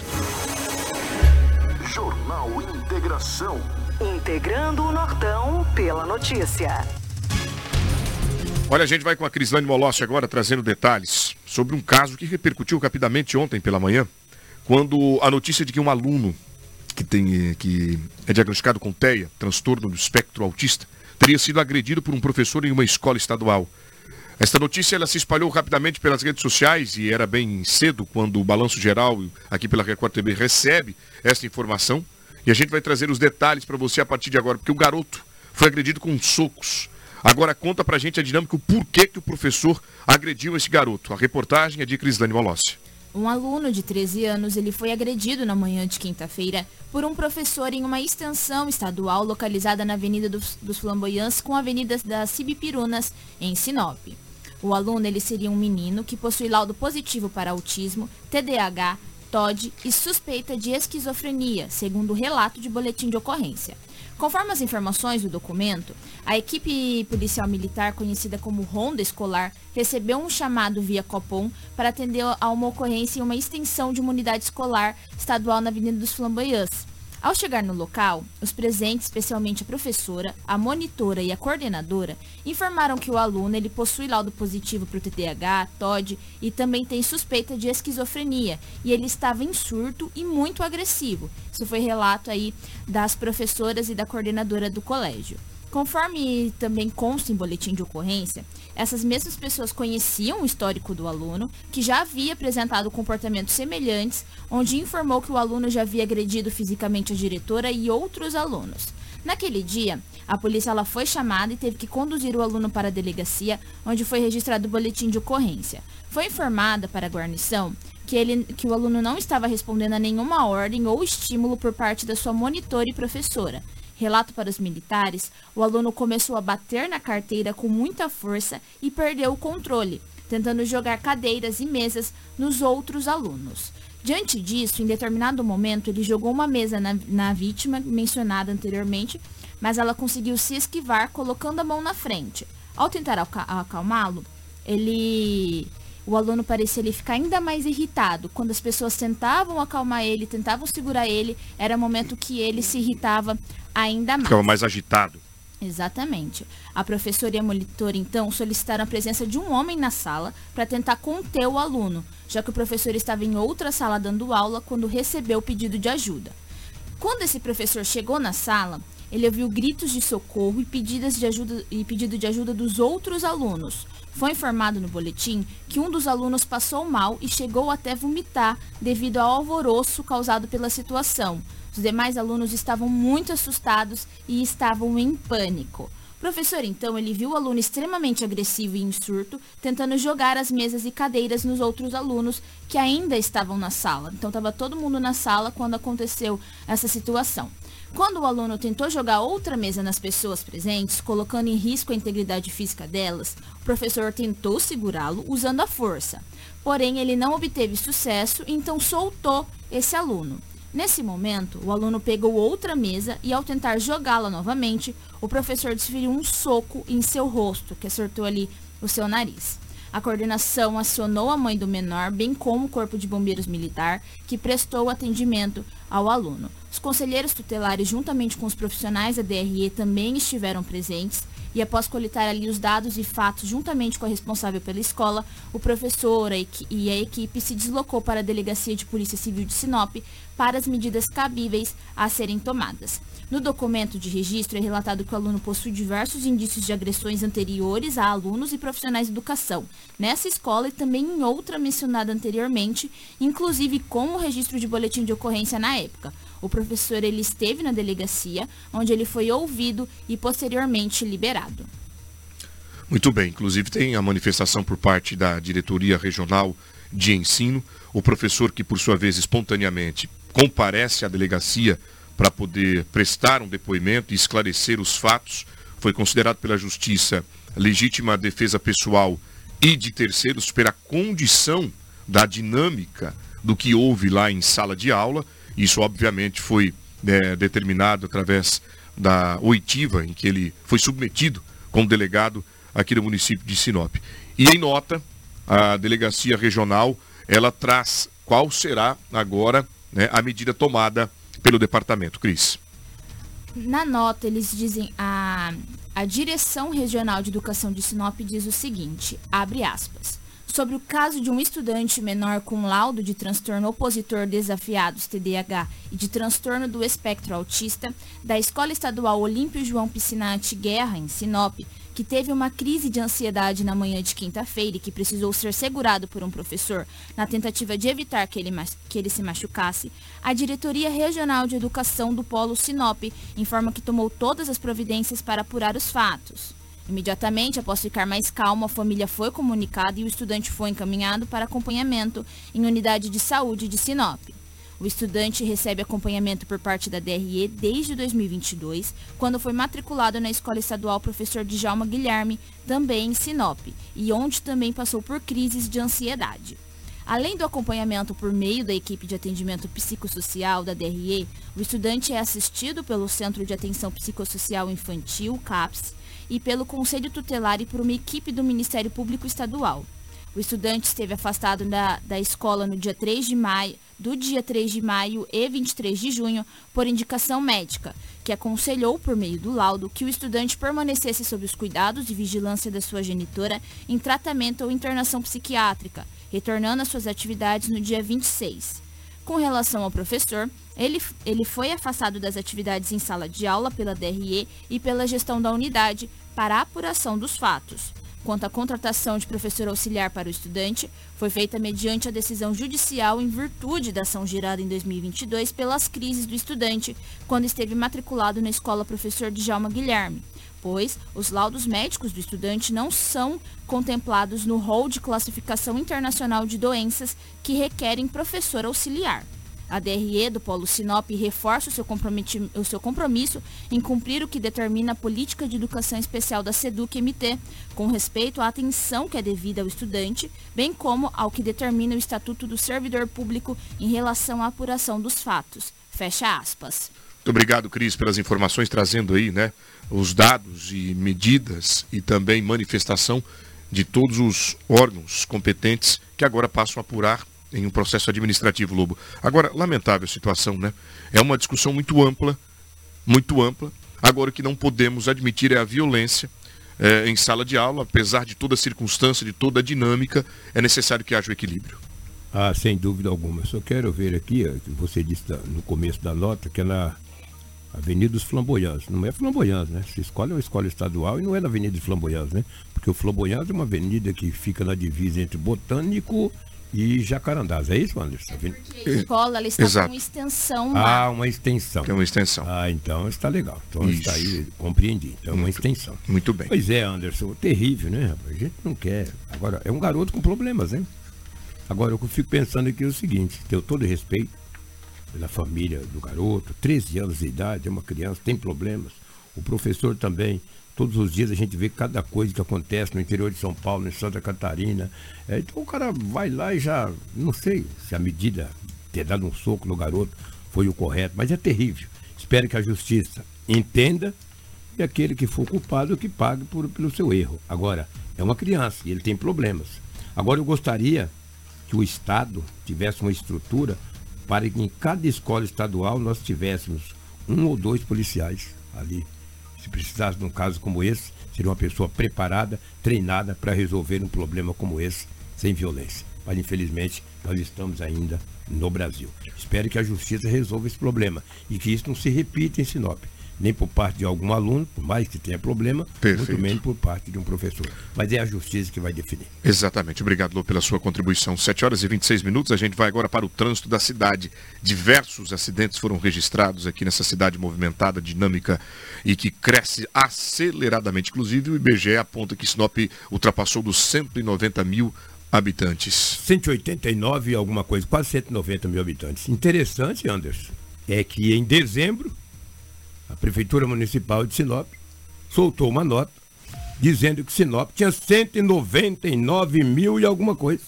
Jornal Integração. Integrando o Nortão pela notícia. Olha, a gente vai com a Crislane Molossi agora trazendo detalhes sobre um caso que repercutiu rapidamente ontem pela manhã, quando a notícia de que um aluno que, tem, que é diagnosticado com T E A, transtorno do espectro autista, teria sido agredido por um professor em uma escola estadual. Esta notícia ela se espalhou rapidamente pelas redes sociais e era bem cedo quando o Balanço Geral, aqui pela Record T V, recebe esta informação. E a gente vai trazer os detalhes para você a partir de agora, porque o garoto foi agredido com socos. Agora conta pra gente a dinâmica, o porquê que o professor agrediu esse garoto. A reportagem é de Crislane Molossi. Um aluno de treze anos, ele foi agredido na manhã de quinta-feira por um professor em uma extensão estadual localizada na Avenida dos, dos Flamboyants com a Avenida das Cibipirunas, em Sinop. O aluno, ele seria um menino que possui laudo positivo para autismo, T D A H, T O D e suspeita de esquizofrenia, segundo o relato de boletim de ocorrência. Conforme as informações do documento, a equipe policial militar, conhecida como Ronda Escolar, recebeu um chamado via Copom para atender a uma ocorrência em uma extensão de uma unidade escolar estadual na Avenida dos Flamboyants. Ao chegar no local, os presentes, especialmente a professora, a monitora e a coordenadora, informaram que o aluno ele possui laudo positivo para o T D A H, T O D e também tem suspeita de esquizofrenia e ele estava em surto e muito agressivo. Isso foi relato aí das professoras e da coordenadora do colégio. Conforme também consta em boletim de ocorrência, essas mesmas pessoas conheciam o histórico do aluno, que já havia apresentado comportamentos semelhantes, onde informou que o aluno já havia agredido fisicamente a diretora e outros alunos. Naquele dia, a polícia ela foi chamada e teve que conduzir o aluno para a delegacia, onde foi registrado o boletim de ocorrência. Foi informada para a guarnição que, ele, que o aluno não estava respondendo a nenhuma ordem ou estímulo por parte da sua monitora e professora. Relato para os militares, o aluno começou a bater na carteira com muita força e perdeu o controle, tentando jogar cadeiras e mesas nos outros alunos. Diante disso, em determinado momento, ele jogou uma mesa na, na vítima, mencionada anteriormente, mas ela conseguiu se esquivar, colocando a mão na frente. Ao tentar acalmá-lo, ele... o aluno parecia ele ficar ainda mais irritado. Quando as pessoas tentavam acalmar ele, tentavam segurar ele, era o momento que ele se irritava ainda mais. Ficava mais agitado. Exatamente. A professora e a monitora, então, solicitaram a presença de um homem na sala para tentar conter o aluno, já que o professor estava em outra sala dando aula quando recebeu o pedido de ajuda. Quando esse professor chegou na sala, ele ouviu gritos de socorro e, pedidas de ajuda, e pedido de ajuda dos outros alunos. Foi informado no boletim que um dos alunos passou mal e chegou até vomitar devido ao alvoroço causado pela situação. Os demais alunos estavam muito assustados e estavam em pânico. O professor, então, ele viu o aluno extremamente agressivo e em surto, tentando jogar as mesas e cadeiras nos outros alunos que ainda estavam na sala. Então, estava todo mundo na sala quando aconteceu essa situação. Quando o aluno tentou jogar outra mesa nas pessoas presentes, colocando em risco a integridade física delas, o professor tentou segurá-lo usando a força. Porém, ele não obteve sucesso, então soltou esse aluno. Nesse momento, o aluno pegou outra mesa e, ao tentar jogá-la novamente, o professor desferiu um soco em seu rosto, que acertou ali o seu nariz. A coordenação acionou a mãe do menor, bem como o Corpo de Bombeiros Militar, que prestou atendimento ao aluno. Os conselheiros tutelares, juntamente com os profissionais da D R E, também estiveram presentes e, após coletar ali os dados e fatos, juntamente com a responsável pela escola, o professor e a equipe se deslocou para a Delegacia de Polícia Civil de Sinop para as medidas cabíveis a serem tomadas. No documento de registro é relatado que o aluno possui diversos indícios de agressões anteriores a alunos e profissionais de educação, nessa escola e também em outra mencionada anteriormente, inclusive com o registro de boletim de ocorrência na época. O professor ele esteve na delegacia, onde ele foi ouvido e posteriormente liberado. Muito bem, inclusive tem a manifestação por parte da Diretoria Regional de Ensino, o professor que por sua vez espontaneamente comparece à delegacia para poder prestar um depoimento e esclarecer os fatos, foi considerado pela Justiça legítima defesa pessoal e de terceiros pela condição da dinâmica do que houve lá em sala de aula. Isso obviamente foi é, determinado através da oitiva em que ele foi submetido como delegado aqui no município de Sinop. E em nota, a Delegacia Regional, ela traz qual será agora, né, a medida tomada pelo departamento. Cris. Na nota, eles dizem, a, a Direção Regional de Educação de Sinop diz o seguinte, abre aspas, sobre o caso de um estudante menor com laudo de transtorno opositor desafiados T D A H e de transtorno do espectro autista da Escola Estadual Olímpio João Piscinati Guerra, em Sinop, que teve uma crise de ansiedade na manhã de quinta-feira e que precisou ser segurado por um professor na tentativa de evitar que ele, que ele se machucasse, a Diretoria Regional de Educação do Polo Sinop informa que tomou todas as providências para apurar os fatos. Imediatamente após ficar mais calmo, a família foi comunicada e o estudante foi encaminhado para acompanhamento em unidade de saúde de Sinop. O estudante recebe acompanhamento por parte da D R E desde dois mil e vinte e dois, quando foi matriculado na Escola Estadual Professor Djalma Guilherme, também em Sinop, e onde também passou por crises de ansiedade. Além do acompanhamento por meio da equipe de atendimento psicossocial da D R E, o estudante é assistido pelo Centro de Atenção Psicossocial Infantil, CAPS, e pelo Conselho Tutelar e por uma equipe do Ministério Público Estadual. O estudante esteve afastado da, da escola no dia três de maio, do dia três de maio e vinte e três de junho por indicação médica, que aconselhou por meio do laudo que o estudante permanecesse sob os cuidados e vigilância da sua genitora em tratamento ou internação psiquiátrica, retornando às suas atividades no dia vinte e seis. Com relação ao professor, ele, ele foi afastado das atividades em sala de aula pela D R E e pela gestão da unidade para a apuração dos fatos. Quanto à contratação de professor auxiliar para o estudante, foi feita mediante a decisão judicial em virtude da ação gerada em dois mil e vinte e dois pelas crises do estudante, quando esteve matriculado na Escola Professor Djalma Guilherme, pois os laudos médicos do estudante não são contemplados no rol de classificação internacional de doenças que requerem professor auxiliar. A D R E do Polo Sinop reforça o seu, o seu compromisso em cumprir o que determina a Política de Educação Especial da SEDUC-M T, com respeito à atenção que é devida ao estudante, bem como ao que determina o Estatuto do Servidor Público em relação à apuração dos fatos. Fecha aspas. Muito obrigado, Cris, pelas informações, trazendo aí, né, os dados e medidas e também manifestação de todos os órgãos competentes que agora passam a apurar em um processo administrativo, Lobo. Agora, lamentável a situação, né? É uma discussão muito ampla, muito ampla. Agora, o que não podemos admitir é a violência é, em sala de aula. Apesar de toda a circunstância, de toda a dinâmica, é necessário que haja o equilíbrio. Ah, sem dúvida alguma. Eu só quero ver aqui, você disse no começo da nota, que é na Avenida dos Flamboyantes. Não é Flamboyantes, né? Essa escola é uma escola estadual e não é na Avenida dos Flamboyantes, né? Porque o Flamboyantes é uma avenida que fica na divisa entre Botânico e Jacarandás, é isso, Anderson? A escola ela está Exato. com uma extensão lá. Ah, uma extensão. É uma extensão. Ah, então está legal. Então isso. Está aí, compreendi. Então é uma extensão. Muito bem. Pois é, Anderson, terrível, né, rapaz? A gente não quer. Agora, é um garoto com problemas, hein? Agora, o que eu fico pensando aqui é o seguinte, tenho todo respeito pela família do garoto, treze anos de idade, é uma criança, tem problemas. O professor também. Todos os dias a gente vê cada coisa que acontece no interior de São Paulo, em Santa Catarina. É, então o cara vai lá e já, não sei se a medida de ter dado um soco no garoto foi o correto, mas é terrível. Espero que a justiça entenda e aquele que for culpado que pague por, pelo seu erro. Agora, é uma criança e ele tem problemas. Agora eu gostaria que o Estado tivesse uma estrutura para que em cada escola estadual nós tivéssemos um ou dois policiais ali. Se precisasse de um caso como esse, seria uma pessoa preparada, treinada para resolver um problema como esse, sem violência. Mas, infelizmente, nós estamos ainda no Brasil. Espero que a justiça resolva esse problema e que isso não se repita em Sinop. Nem por parte de algum aluno, por mais que tenha problema, Perfeito. muito menos por parte de um professor. Mas é a justiça que vai definir. Exatamente. Obrigado, Lô, pela sua contribuição. sete horas e vinte e seis minutos, a gente vai agora para o trânsito da cidade. Diversos acidentes foram registrados aqui nessa cidade movimentada, dinâmica e que cresce aceleradamente. Inclusive, o I B G E aponta que Sinop ultrapassou dos cento e noventa mil habitantes. cento e oitenta e nove alguma coisa, quase cento e noventa mil habitantes. Interessante, Anderson, é que em dezembro, a Prefeitura Municipal de Sinop soltou uma nota dizendo que Sinop tinha cento e noventa e nove mil e alguma coisa.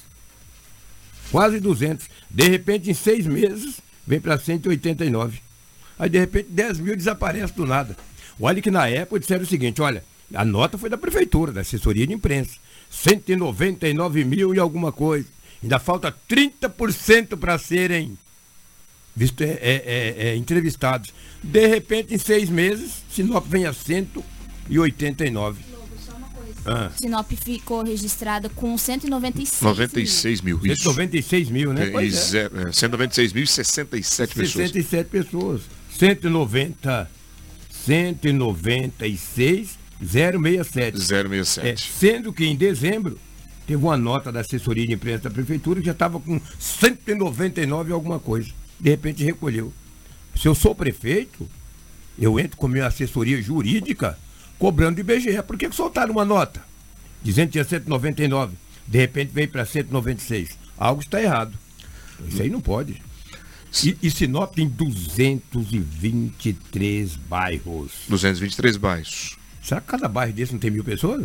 Quase duzentos. De repente, em seis meses, vem para cento e oitenta e nove. Aí, de repente, dez mil desaparece do nada. Olha que na época disseram o seguinte, olha, a nota foi da Prefeitura, da assessoria de imprensa. cento e noventa e nove mil e alguma coisa. Ainda falta trinta por cento para serem visto, é, é, é, é, entrevistados. De repente, em seis meses, Sinop vem a cento e oitenta e nove. Lobo, só uma coisa. Ah. Sinop ficou registrada com cento e noventa e seis noventa e seis mil. cento e noventa e seis mil, né? É, Pois é. zero, é, cento e noventa e seis mil e sessenta e sete pessoas. sessenta e sete pessoas. cento e noventa, cento e noventa e seis, zero sessenta e sete. zero sessenta e sete. É, sendo que em dezembro teve uma nota da assessoria de imprensa da prefeitura que já estava com cento e noventa e nove alguma coisa. De repente recolheu. Se eu sou prefeito, eu entro com minha assessoria jurídica cobrando do I B G E. Por que que soltaram uma nota dizendo que tinha cento e noventa e nove? De repente veio para cento e noventa e seis. Algo está errado. Isso aí não pode. E, e Sinop tem duzentos e vinte e três bairros. duzentos e vinte e três bairros. Será que cada bairro desse não tem mil pessoas?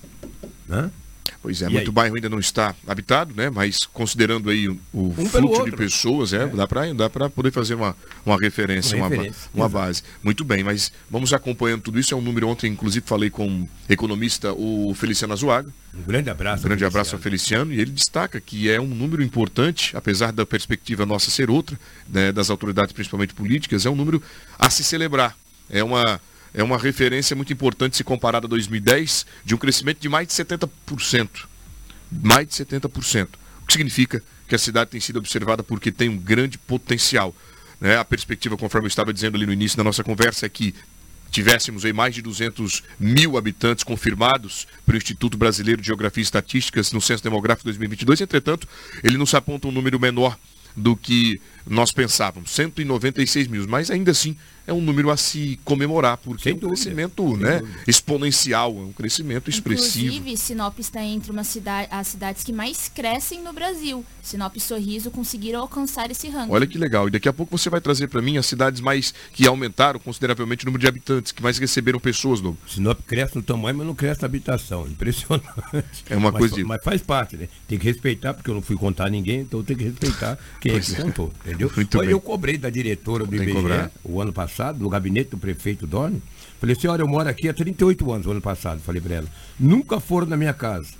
Hã? Pois é, E muito aí? bairro ainda não está habitado, né? Mas considerando aí o, o pelo fluxo de outro. pessoas, é, dá para dá para poder fazer uma, uma referência, Uma uma, ba- referência, uma exato. base. Muito bem, mas vamos acompanhando tudo isso. É um número ontem, inclusive, falei com o economista, o Feliciano Azuaga. Um grande abraço. Um grande ao abraço ao Feliciano, e ele destaca que é um número importante, apesar da perspectiva nossa ser outra, né, das autoridades, principalmente políticas, é um número a se celebrar. É uma, é uma referência muito importante se comparada a dois mil e dez, de um crescimento de mais de setenta por cento. Mais de setenta por cento. O que significa que a cidade tem sido observada porque tem um grande potencial. Né? A perspectiva, conforme eu estava dizendo ali no início da nossa conversa, é que tivéssemos aí mais de duzentos mil habitantes confirmados pelo Instituto Brasileiro de Geografia e Estatísticas no Censo Demográfico dois mil e vinte e dois. Entretanto, ele nos aponta um número menor do que nós pensávamos, cento e noventa e seis mil, mas ainda assim é um número a se comemorar, porque Sem é um dúvida, crescimento, sem né, dúvida. exponencial, é um crescimento expressivo. Inclusive, Sinop está entre uma cidade, as cidades que mais crescem no Brasil. Sinop e Sorriso conseguiram alcançar esse ranking. Olha que legal, e daqui a pouco você vai trazer para mim as cidades mais que aumentaram consideravelmente o número de habitantes, que mais receberam pessoas, Lobo. Sinop cresce no tamanho, mas não cresce na habitação. Impressionante. É uma mas, coisa de... Mas faz parte, né? Tem que respeitar, porque eu não fui contar ninguém, então eu tenho que respeitar quem é que Pois é. contou, entendeu? Muito Olha, bem. eu cobrei da diretora do Tem que I B G cobrar. E o ano passado, no gabinete do prefeito Dorne. Falei, senhora, eu moro aqui há trinta e oito anos, o ano passado. Falei para ela, nunca foram na minha casa.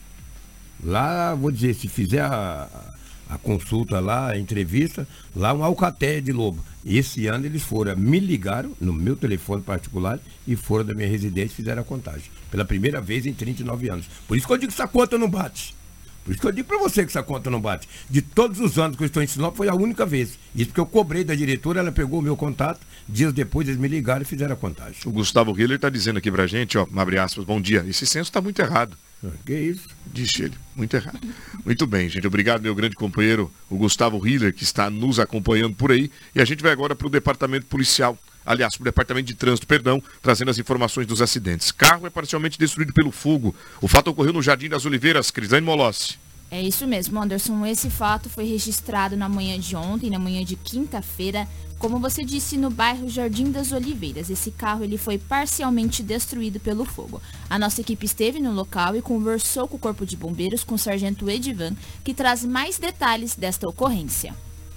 Lá, vou dizer, se fizer a, a consulta lá, a entrevista, lá um alcateia de Lobo. Esse ano eles foram, me ligaram no meu telefone particular e foram da minha residência e fizeram a contagem. Pela primeira vez em trinta e nove anos. Por isso que eu digo que essa conta não bate. Por isso que eu digo para você que essa conta não bate. De todos os anos que eu estou em Sinop, foi a única vez. Isso porque eu cobrei da diretora, ela pegou o meu contato, dias depois eles me ligaram e fizeram a contagem. O Gustavo Hiller está dizendo aqui pra gente, ó, abre aspas, bom dia, esse censo está muito errado. Que isso? Disse ele, muito errado. Muito bem, gente, obrigado meu grande companheiro, o Gustavo Hiller, que está nos acompanhando por aí. E a gente vai agora para o departamento policial, aliás, para o departamento de trânsito, perdão, trazendo as informações dos acidentes. Carro é parcialmente destruído pelo fogo. O fato ocorreu no Jardim das Oliveiras, Crislane Molossi. É isso mesmo, Anderson. Esse fato foi registrado na manhã de ontem, na manhã de quinta-feira, como você disse, no bairro Jardim das Oliveiras. Esse carro ele foi parcialmente destruído pelo fogo. A nossa equipe esteve no local e conversou com o Corpo de Bombeiros, com o sargento Edivan, que traz mais detalhes desta ocorrência.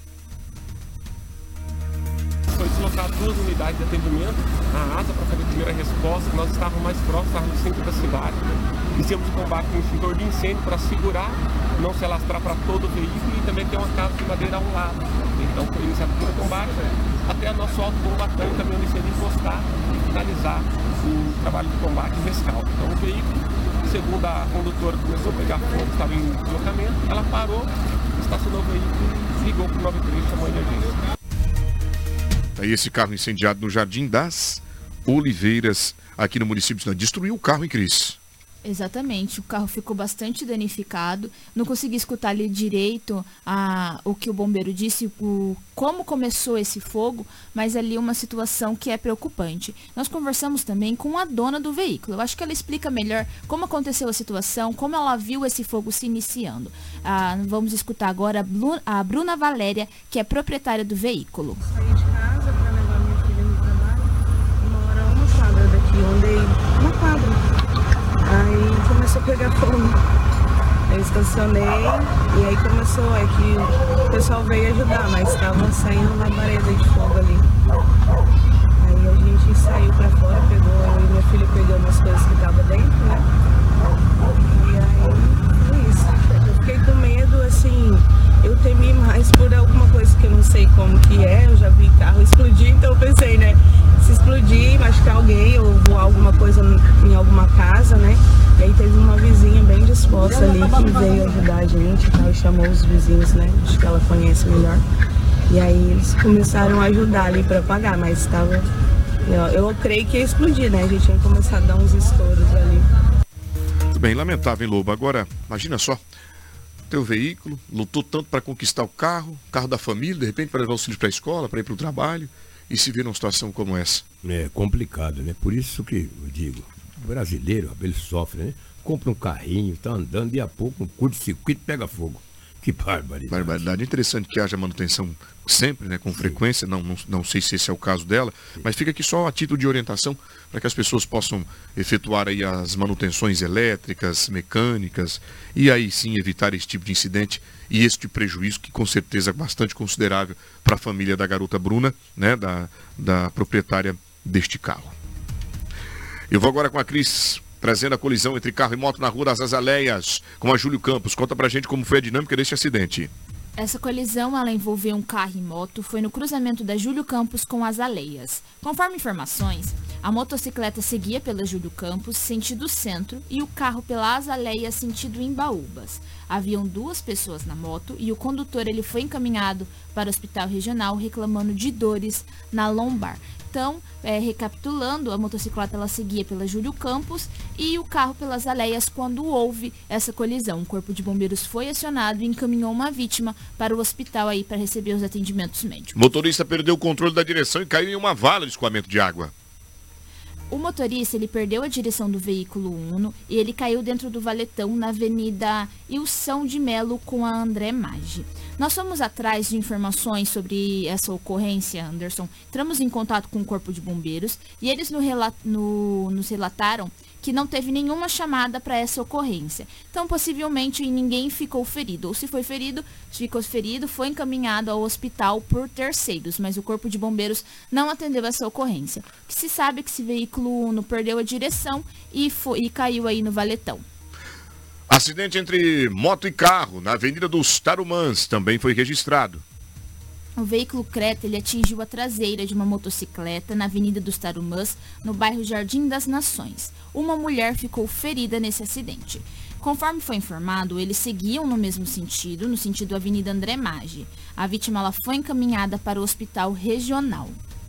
Foi deslocado duas unidades de atendimento, a ASA para fazer a primeira resposta. Nós estávamos mais próximos, estávamos no centro da cidade. Iniciamos o combate com um extintor de incêndio para segurar, não se alastrar para todo o veículo e também ter uma casa de madeira ao lado. Então foi iniciado o primeiro combate até a nosso autocombatente, caminhão de incêndio encostar e finalizar o trabalho de combate e rescaldo. Então o veículo, segundo a condutora, começou a pegar fogo, estava em deslocamento, ela parou, estacionou o veículo e ligou para o nove três, chamou a emergência. Aí esse carro incendiado no Jardim das Oliveiras, aqui no município de Sinop. Destruiu o carro, hein, Cris? Exatamente, o carro ficou bastante danificado. Não consegui escutar ali direito a, o que o bombeiro disse, o, como começou esse fogo, mas ali uma situação que é preocupante. Nós conversamos também com a dona do veículo. Eu acho que ela explica melhor como aconteceu a situação, como ela viu esse fogo se iniciando. Ah, vamos escutar agora a, Blu, a Bruna Valéria, que é proprietária do veículo. Saí de casa para levar minha filha no trabalho, uma hora uma quadra daqui, eu andei uma quadra. Aí começou a pegar fogo. Eu estacionei e aí começou, é que o pessoal veio ajudar, mas estava saindo uma labareda de fogo ali. Aí a gente saiu pra fora, pegou, eu e minha filha pegamos as coisas que estavam dentro, né? E aí foi isso. Eu fiquei com medo, assim, eu temi mais por alguma coisa que eu não sei como que é, eu já vi carro explodir, então eu pensei, né? Se explodir, machucar alguém ou voar alguma coisa em alguma casa, né? E aí teve uma que veio ajudar a gente e tal, e chamou os vizinhos, né? Acho que ela conhece melhor. E aí eles começaram a ajudar ali para apagar, mas estava... Eu, eu creio que ia explodir, né? A gente ia começar a dar uns estouros ali. Muito bem, lamentável, hein, Lobo? Agora, imagina só, teu veículo, lutou tanto para conquistar o carro, carro da família, de repente para levar os filhos para a escola, para ir para o trabalho, e se vê numa situação como essa. É complicado, né? Por isso que eu digo, o brasileiro, ele sofre, né? Compra um carrinho, tá andando, e a pouco um curto-circuito pega fogo. Que barbaridade. Barbaridade. Interessante que haja manutenção sempre, né, com frequência, não, não, não sei se esse é o caso dela, Sim. mas fica aqui só a título de orientação para que as pessoas possam efetuar aí as manutenções elétricas, mecânicas, e aí sim evitar esse tipo de incidente e esse tipo de prejuízo que com certeza é bastante considerável para a família da garota Bruna, né, da, da proprietária deste carro. Eu vou agora com a Cris, trazendo a colisão entre carro e moto na Rua das Azaleias, com a Júlio Campos. Conta pra gente como foi a dinâmica deste acidente. Essa colisão, ela envolveu um carro e moto, foi no cruzamento da Júlio Campos com as Aleias. Conforme informações, a motocicleta seguia pela Júlio Campos, sentido centro, e o carro pela Azaleia, sentido Embaúbas. Haviam duas pessoas na moto e o condutor ele foi encaminhado para o hospital regional reclamando de dores na lombar. Então, é, recapitulando, a motocicleta ela seguia pela Júlio Campos e o carro pelas Aleias quando houve essa colisão. O corpo de bombeiros foi acionado e encaminhou uma vítima para o hospital aí para receber os atendimentos médicos. O motorista perdeu o controle da direção e caiu em uma vala de escoamento de água. O motorista ele perdeu a direção do veículo Uno e ele caiu dentro do valetão na Avenida Ilson de Melo com a André Maggi. Nós fomos atrás de informações sobre essa ocorrência, Anderson. Entramos em contato com o Corpo de Bombeiros e eles no rela- no, nos relataram que não teve nenhuma chamada para essa ocorrência. Então, possivelmente, ninguém ficou ferido. Ou se foi ferido, ficou ferido, foi encaminhado ao hospital por terceiros, mas o Corpo de Bombeiros não atendeu essa ocorrência. O que se sabe é que esse veículo Uno perdeu a direção e, foi, e caiu aí no valetão. Acidente entre moto e carro na Avenida dos Tarumãs também foi registrado. O veículo Creta ele atingiu a traseira de uma motocicleta na Avenida dos Tarumãs, no bairro Jardim das Nações. Uma mulher ficou ferida nesse acidente. Conforme foi informado, eles seguiam no mesmo sentido, no sentido Avenida André Maggi. A vítima ela foi encaminhada para o hospital regional.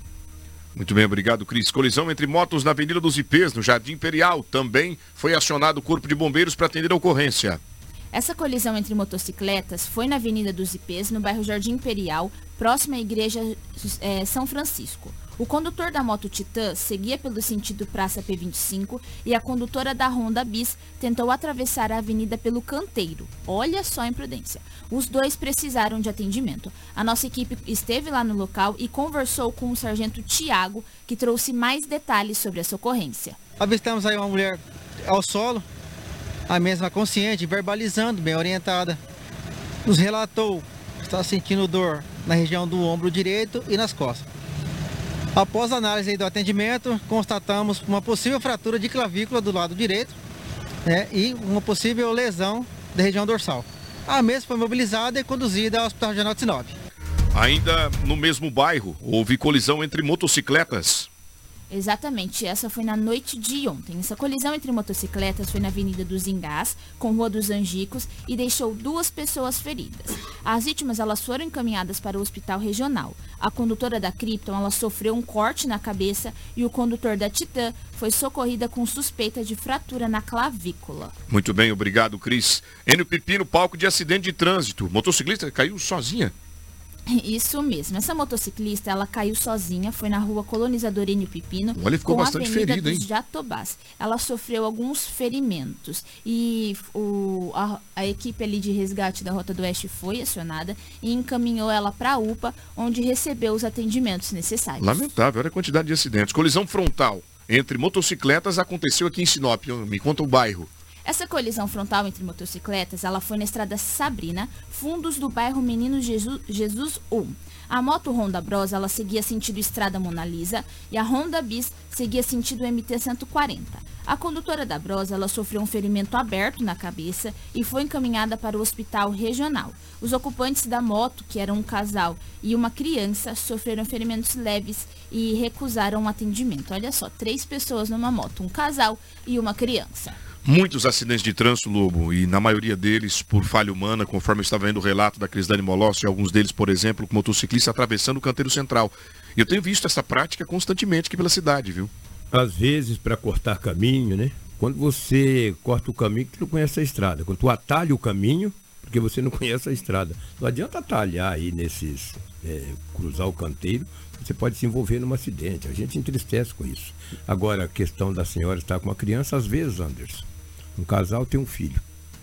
Muito bem, obrigado, Cris. Colisão entre motos na Avenida dos Ipês, no Jardim Imperial. Também foi acionado o Corpo de Bombeiros para atender a ocorrência. Essa colisão entre motocicletas foi na Avenida dos Ipês, no bairro Jardim Imperial, próximo à Igreja é, São Francisco. O condutor da moto Titã seguia pelo sentido Praça P vinte e cinco e a condutora da Honda Bis tentou atravessar a avenida pelo canteiro. Olha só a imprudência. Os dois precisaram de atendimento. A nossa equipe esteve lá no local e conversou com o sargento Tiago, que trouxe mais detalhes sobre essa ocorrência. Avistamos aí uma mulher ao solo, a mesma consciente, verbalizando, bem orientada. Nos relatou que está sentindo dor na região do ombro direito e nas costas. Após a análise do atendimento, constatamos uma possível fratura de clavícula do lado direito, né, e uma possível lesão da região dorsal. A mesma foi mobilizada e conduzida ao Hospital Regional de Sinop. Ainda no mesmo bairro, houve colisão entre motocicletas. Exatamente, essa foi na noite de ontem. Essa colisão entre motocicletas foi na Avenida dos Engás, com Rua dos Angicos, e deixou duas pessoas feridas. As vítimas elas foram encaminhadas para o hospital regional. A condutora da Krypton ela sofreu um corte na cabeça e o condutor da Titã foi socorrida com suspeita de fratura na clavícula. Muito bem, obrigado, Cris. Enio Pipino, palco de acidente de trânsito. Motociclista caiu sozinha. Isso mesmo, essa motociclista ela caiu sozinha, foi na rua Colonizador Enio Pipino. Olha, ficou com bastante a Avenida ferida, hein? dos Jatobás. Ela sofreu alguns ferimentos e o, a, a equipe ali de resgate da Rota do Oeste foi acionada e encaminhou ela para a U P A, onde recebeu os atendimentos necessários. Lamentável, olha a quantidade de acidentes. Colisão frontal entre motocicletas aconteceu aqui em Sinop. Me conta o bairro. Essa colisão frontal entre motocicletas, ela foi na estrada Sabrina, fundos do bairro Menino Jesus, Jesus um. A moto Honda Bros, ela seguia sentido Estrada Mona Lisa e a Honda Bis seguia sentido M T cento e quarenta. A condutora da Bros, ela sofreu um ferimento aberto na cabeça e foi encaminhada para o hospital regional. Os ocupantes da moto, que eram um casal e uma criança, sofreram ferimentos leves e recusaram o atendimento. Olha só, três pessoas numa moto, um casal e uma criança. Muitos acidentes de trânsito, Lobo, e na maioria deles por falha humana, conforme eu estava vendo o relato da Crislane Molossi, e alguns deles, por exemplo, com motociclista atravessando o canteiro central. E eu tenho visto essa prática constantemente aqui pela cidade, viu? Às vezes, para cortar caminho, né? Quando você corta o caminho, tu não conhece a estrada. Quando tu atalha o caminho, porque você não conhece a estrada. Não adianta atalhar aí nesses, é, cruzar o canteiro, você pode se envolver num acidente. A gente entristece com isso. Agora, a questão da senhora estar com uma criança, às vezes, Anderson, um casal tem um filho.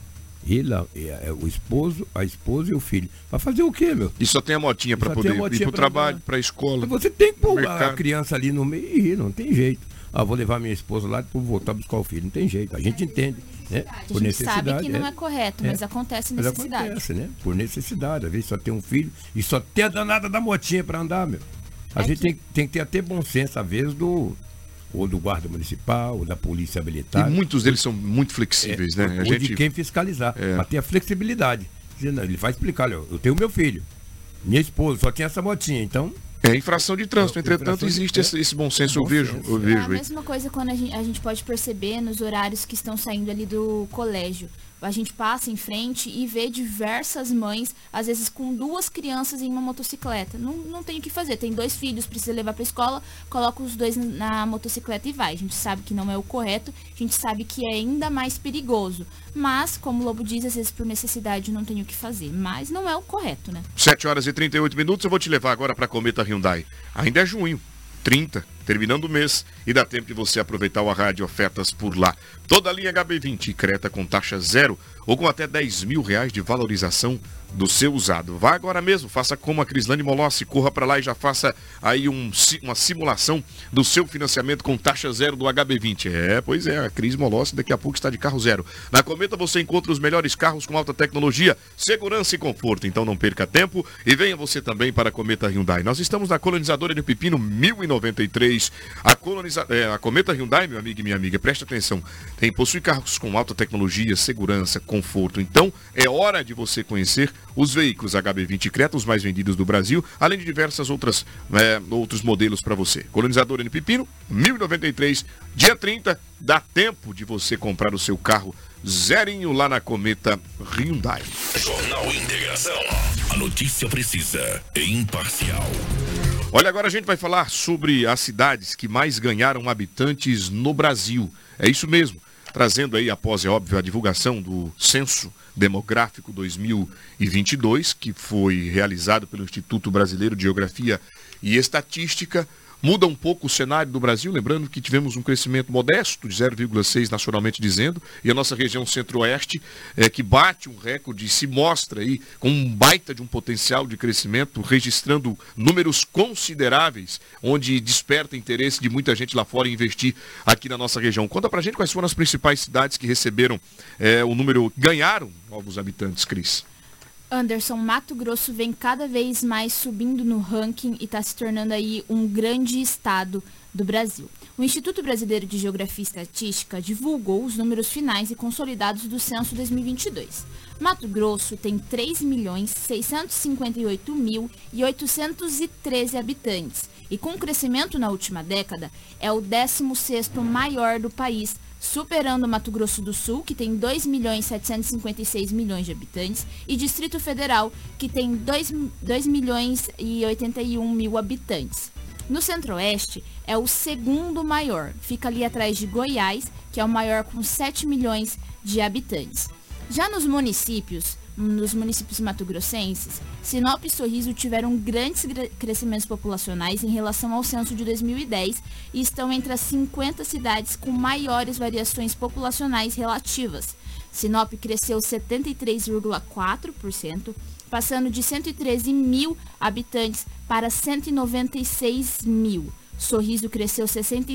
Ele, é, o esposo, a esposa e o filho. Vai fazer o quê, meu? E só tem a motinha para poder ir pro trabalho, para a escola. Você tem que pôr a criança ali no meio e ir, não tem jeito. Ah, vou levar minha esposa lá e voltar a buscar o filho. Não tem jeito, a gente entende, né? Por a gente necessidade, sabe que não é, é correto, mas é. acontece necessidade. Mas acontece, né? Por necessidade. Às vezes só tem um filho e só tem a danada da motinha para andar, meu. A é gente que... tem, tem que ter até bom senso, às vezes, do... ou do guarda municipal, ou da polícia militar. E muitos deles são muito flexíveis, é, né? A gente... de quem fiscalizar, é. Mas ter a flexibilidade. Ele vai explicar, olha, eu tenho meu filho, minha esposa, só tem essa motinha, então... É infração de trânsito, entretanto existe de... esse, esse bom senso, bom eu vejo. Senso. Eu vejo é a mesma coisa quando a gente, a gente pode perceber nos horários que estão saindo ali do colégio. A gente passa em frente e vê diversas mães, às vezes com duas crianças em uma motocicleta. Não, não tem o que fazer, tem dois filhos, precisa levar para a escola, coloca os dois na motocicleta e vai. A gente sabe que não é o correto, a gente sabe que é ainda mais perigoso. Mas, como o Lobo diz, às vezes por necessidade não tem o que fazer. Mas não é o correto, né? sete horas e trinta e oito minutos, eu vou te levar agora para a Cometa Hyundai. Ainda é junho. trinta, terminando o mês, e dá tempo de você aproveitar o Arraia de ofertas por lá. Toda a linha H B vinte, Creta com taxa zero ou com até dez mil reais de valorização do seu usado. Vá agora mesmo, faça como a Crislane Molossi, corra para lá e já faça aí um, uma simulação do seu financiamento com taxa zero do H B vinte. É, pois é, a Cris Molossi daqui a pouco está de carro zero. Na Cometa você encontra os melhores carros com alta tecnologia, segurança e conforto. Então não perca tempo e venha você também para a Cometa Hyundai. Nós estamos na Colonizadora de Pepino mil e noventa e três. A, coloniza... é, a Cometa Hyundai, meu amigo e minha amiga, preste atenção, tem, possui carros com alta tecnologia, segurança, conforto. Então é hora de você conhecer os veículos H B vinte Creta, os mais vendidos do Brasil, além de diversas outras é, outros modelos para você. Colonizadora de Pepino, mil e noventa e três, dia trinta, dá tempo de você comprar o seu carro zerinho lá na Cometa Hyundai. Jornal Integração, a notícia precisa e imparcial. Olha, agora a gente vai falar sobre as cidades que mais ganharam habitantes no Brasil. É isso mesmo. Trazendo aí, após, é óbvio, a divulgação do Censo Demográfico dois mil e vinte e dois, que foi realizado pelo Instituto Brasileiro de Geografia e Estatística, muda um pouco o cenário do Brasil, lembrando que tivemos um crescimento modesto de zero vírgula seis nacionalmente dizendo, e a nossa região centro-oeste, é, que bate um recorde e se mostra aí com um baita de um potencial de crescimento, registrando números consideráveis, onde desperta interesse de muita gente lá fora em investir aqui na nossa região. Conta pra gente quais foram as principais cidades que receberam é, o número, ganharam novos habitantes, Cris. Anderson, Mato Grosso vem cada vez mais subindo no ranking e está se tornando aí um grande estado do Brasil. O Instituto Brasileiro de Geografia e Estatística divulgou os números finais e consolidados do Censo dois mil e vinte e dois. Mato Grosso tem três milhões seiscentos e cinquenta e oito mil e oitocentos e treze habitantes e com crescimento na última década é o décimo sexto maior do país, superando Mato Grosso do Sul, que tem dois milhões setecentos e cinquenta e seis milhões de habitantes, e Distrito Federal, que tem dois milhões e oitenta e um mil habitantes. No Centro-Oeste, é o segundo maior, fica ali atrás de Goiás, que é o maior com sete milhões de habitantes. Já nos municípios, nos municípios mato-grossenses, Sinop e Sorriso tiveram grandes crescimentos populacionais em relação ao censo de dois mil e dez e estão entre as cinquenta cidades com maiores variações populacionais relativas. Sinop cresceu setenta e três vírgula quatro por cento, passando de cento e treze mil habitantes para cento e noventa e seis mil. Sorriso cresceu sessenta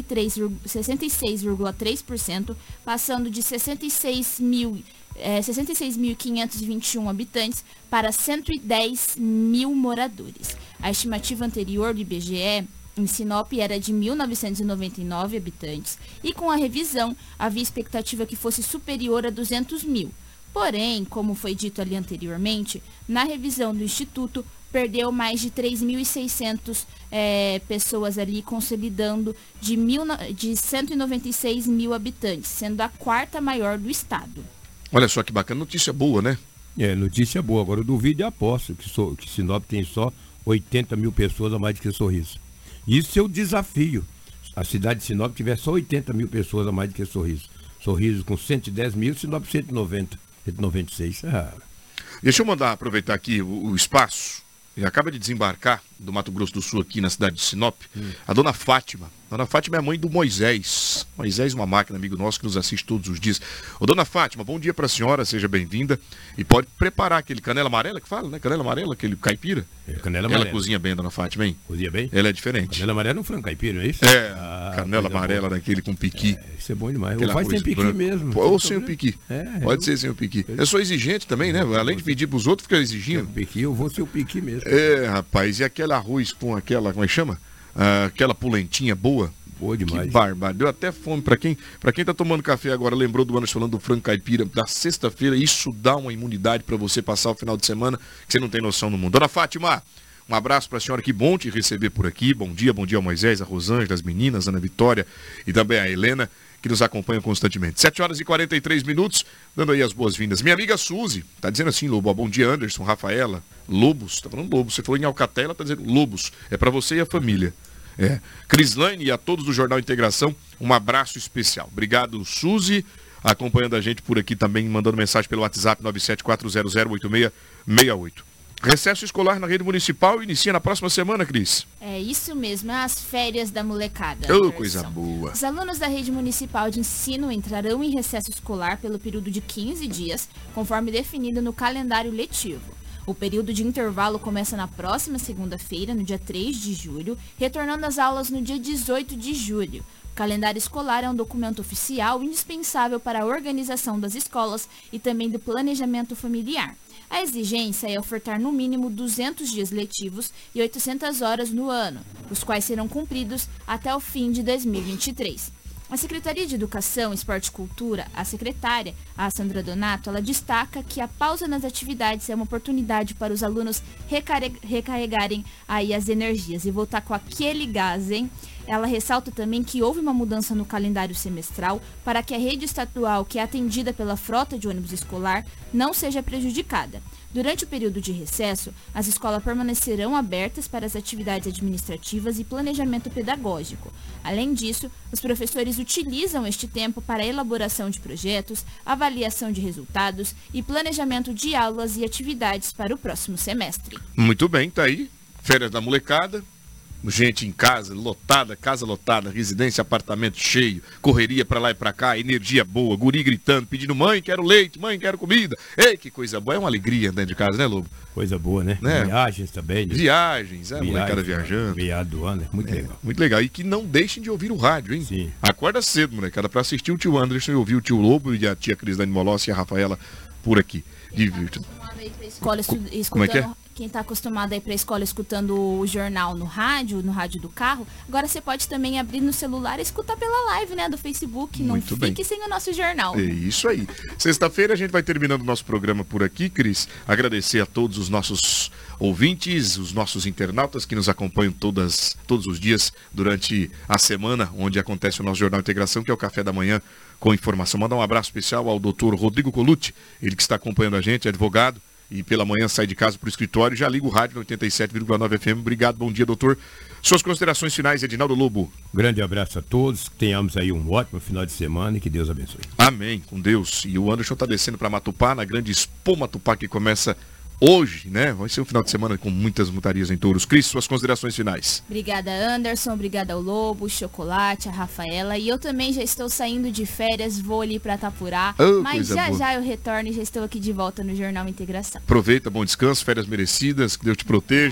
e seis vírgula três por cento, passando de sessenta e seis mil quinhentos e vinte e um habitantes para cento e dez mil moradores. A estimativa anterior do I B G E em Sinop era de mil novecentos e noventa e nove habitantes e com a revisão havia expectativa que fosse superior a duzentos mil. Porém, como foi dito ali anteriormente, na revisão do Instituto, perdeu mais de três mil e seiscentas é, pessoas ali, consolidando de, mil, de cento e noventa e seis mil habitantes, sendo a quarta maior do estado. Olha só que bacana, notícia boa, né? É, notícia boa. Agora eu duvido e aposto que, so, que Sinop tem só oitenta mil pessoas a mais do que Sorriso. Isso é o desafio. A cidade de Sinop tiver só oitenta mil pessoas a mais do que Sorriso. Sorriso com cento e dez mil, Sinop cento e noventa, cento e noventa e seis. Ah. Deixa eu mandar aproveitar aqui o, o espaço. Ele acaba de desembarcar do Mato Grosso do Sul aqui na cidade de Sinop. Hum. A dona Fátima. Dona Fátima é a mãe do Moisés. Moisés, uma máquina, amigo nosso, que nos assiste todos os dias. Ô, dona Fátima, bom dia para a senhora, seja bem-vinda. E pode preparar aquele canela amarela que fala, né? Canela amarela, aquele caipira. É, canela amarela. Ela cozinha bem, dona Fátima, hein? Cozinha bem? Ela é diferente. Canela amarela no frango caipira, não é isso? É, ah, canela amarela daquele com piqui. É, isso é bom demais. Ou faz sem piqui branco. mesmo. Ou sem o piqui. É, pode eu... ser sem o piqui. Eu sou exigente também, né? Além de pedir pros outros, fica exigindo. Piqui, eu vou ser o piqui mesmo. É, rapaz, e aquele arroz com aquela, como é que chama? Ah, aquela polentinha boa. Boa demais. Que bárbaro. Deu até fome. Pra quem, pra quem tá tomando café agora, lembrou do Anderson falando do frango caipira da sexta-feira, isso dá uma imunidade pra você passar o final de semana que você não tem noção no mundo. Dona Fátima, um abraço pra senhora, que bom te receber por aqui. Bom dia, bom dia ao Moisés, a Rosângela, as meninas, Ana Vitória e também a Helena, que nos acompanham constantemente. sete horas e quarenta e três minutos, dando aí as boas-vindas. Minha amiga Suzy, tá dizendo assim, Lobo, bom dia Anderson, Rafaela, Lobos, tá falando Lobos, você falou em Alcatel, tá dizendo Lobos, é pra você e a família. É. Crislaine e a todos do Jornal Integração, um abraço especial. Obrigado, Suzy, acompanhando a gente por aqui também, mandando mensagem pelo WhatsApp nove sete quatro zero zero oito seis seis oito. Recesso escolar na rede municipal inicia na próxima semana, Cris. É isso mesmo, é as férias da molecada. Oh, coisa boa. Os alunos da rede municipal de ensino entrarão em recesso escolar pelo período de quinze dias, conforme definido no calendário letivo. O período de intervalo começa na próxima segunda-feira, no dia três de julho, retornando às aulas no dia dezoito de julho. O calendário escolar é um documento oficial indispensável para a organização das escolas e também do planejamento familiar. A exigência é ofertar no mínimo duzentos dias letivos e oitocentas horas no ano, os quais serão cumpridos até o fim de dois mil e vinte e três. A Secretaria de Educação, Esporte e Cultura, a secretária, a Sandra Donato, ela destaca que a pausa nas atividades é uma oportunidade para os alunos recarreg- recarregarem aí as energias e voltar com aquele gás, hein? Ela ressalta também que houve uma mudança no calendário semestral para que a rede estadual, que é atendida pela frota de ônibus escolar, não seja prejudicada. Durante o período de recesso, as escolas permanecerão abertas para as atividades administrativas e planejamento pedagógico. Além disso, os professores utilizam este tempo para a elaboração de projetos, avaliação de resultados e planejamento de aulas e atividades para o próximo semestre. Muito bem, tá aí. Férias da molecada. Gente em casa, lotada, casa lotada, residência, apartamento cheio, correria pra lá e pra cá, energia boa, guri gritando, pedindo mãe, quero leite, mãe, quero comida. Ei, que coisa boa, é uma alegria dentro de casa, né, Lobo? Coisa boa, né? né? Viagens também. Né? Viagens, é, a molecada viajando. Viado do ano, muito é, legal. Muito legal, e que não deixem de ouvir o rádio, hein? Sim. Acorda cedo, molecada, pra assistir o tio Anderson e ouvir o tio Lobo e a tia Crislaine Molossi e a Rafaela por aqui. Divirta. Escola escutando, Como é que é? Quem está acostumado a ir para a escola escutando o jornal no rádio, no rádio do carro, agora você pode também abrir no celular e escutar pela live, né, do Facebook. Não Muito fique bem. sem o nosso jornal. É isso aí. Sexta-feira a gente vai terminando o nosso programa por aqui, Cris. Agradecer a todos os nossos ouvintes, os nossos internautas que nos acompanham todas, todos os dias durante a semana, onde acontece o nosso Jornal Integração, que é o Café da Manhã com informação. Mandar um abraço especial ao doutor Rodrigo Colucci, ele que está acompanhando a gente, é advogado. E pela manhã sai de casa para o escritório, já liga o rádio no oitenta e sete vírgula nove F M. Obrigado, bom dia, doutor. Suas considerações finais, Edinaldo Lobo. Grande abraço a todos, que tenhamos aí um ótimo final de semana e que Deus abençoe. Amém, com Deus. E o Anderson está descendo para Matupá, na grande Expo Matupá, que começa hoje, né? Vai ser um final de semana com muitas mutarias em touros. Cris, suas considerações finais. Obrigada, Anderson. Obrigada ao Lobo, Chocolate, a Rafaela. E eu também já estou saindo de férias, vou ali para Itapurá. Oh, mas já boa. já eu retorno e já estou aqui de volta no Jornal Integração. Aproveita, bom descanso, férias merecidas, que Deus te proteja. Obrigada.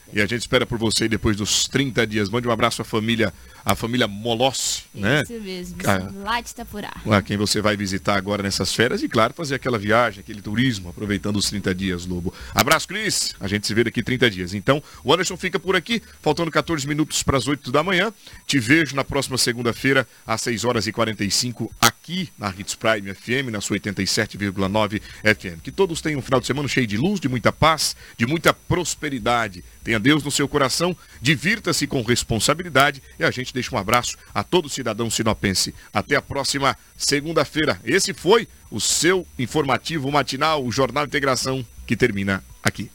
E a gente espera por você depois dos trinta dias. Mande um abraço à família, à família Molossi, né? Isso mesmo, Ah, lá de Itapurá. a quem você vai visitar agora nessas férias e, claro, fazer aquela viagem, aquele turismo, aproveitando os trinta dias, Lobo. Abraço, Cris. A gente se vê daqui trinta dias. Então, o Anderson fica por aqui, faltando quatorze minutos para as oito da manhã. Te vejo na próxima segunda-feira, às seis horas e quarenta e cinco, aqui na Hits Prime F M, na sua oitenta e sete vírgula nove F M. Que todos tenham um final de semana cheio de luz, de muita paz, de muita prosperidade. Tenha Deus no seu coração, divirta-se com responsabilidade e a gente deixa um abraço a todo cidadão sinopense. Até a próxima segunda-feira. Esse foi o seu informativo matinal, o Jornal Integração, que termina aqui.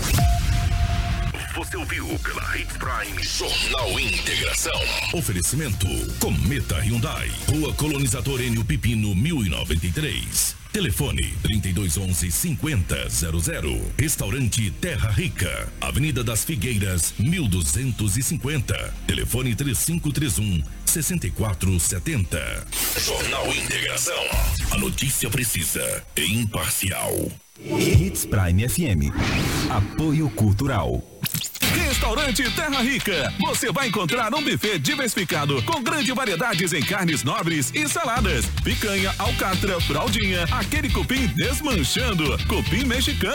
Você ouviu pela Hits Prime Jornal Integração. Oferecimento Cometa Hyundai, Rua Colonizador Enio Pipino, mil e noventa e três. Telefone trinta e dois onze, cinquenta zero zero. Restaurante Terra Rica, Avenida das Figueiras, mil duzentos e cinquenta. Telefone três cinco três um, seis quatro sete zero. Jornal Integração. A notícia precisa e imparcial. Hits Prime F M. Apoio Cultural. Restaurante Terra Rica. Você vai encontrar um buffet diversificado com grandes variedades em carnes nobres e saladas. Picanha, alcatra, fraldinha, aquele cupim desmanchando, cupim mexicano.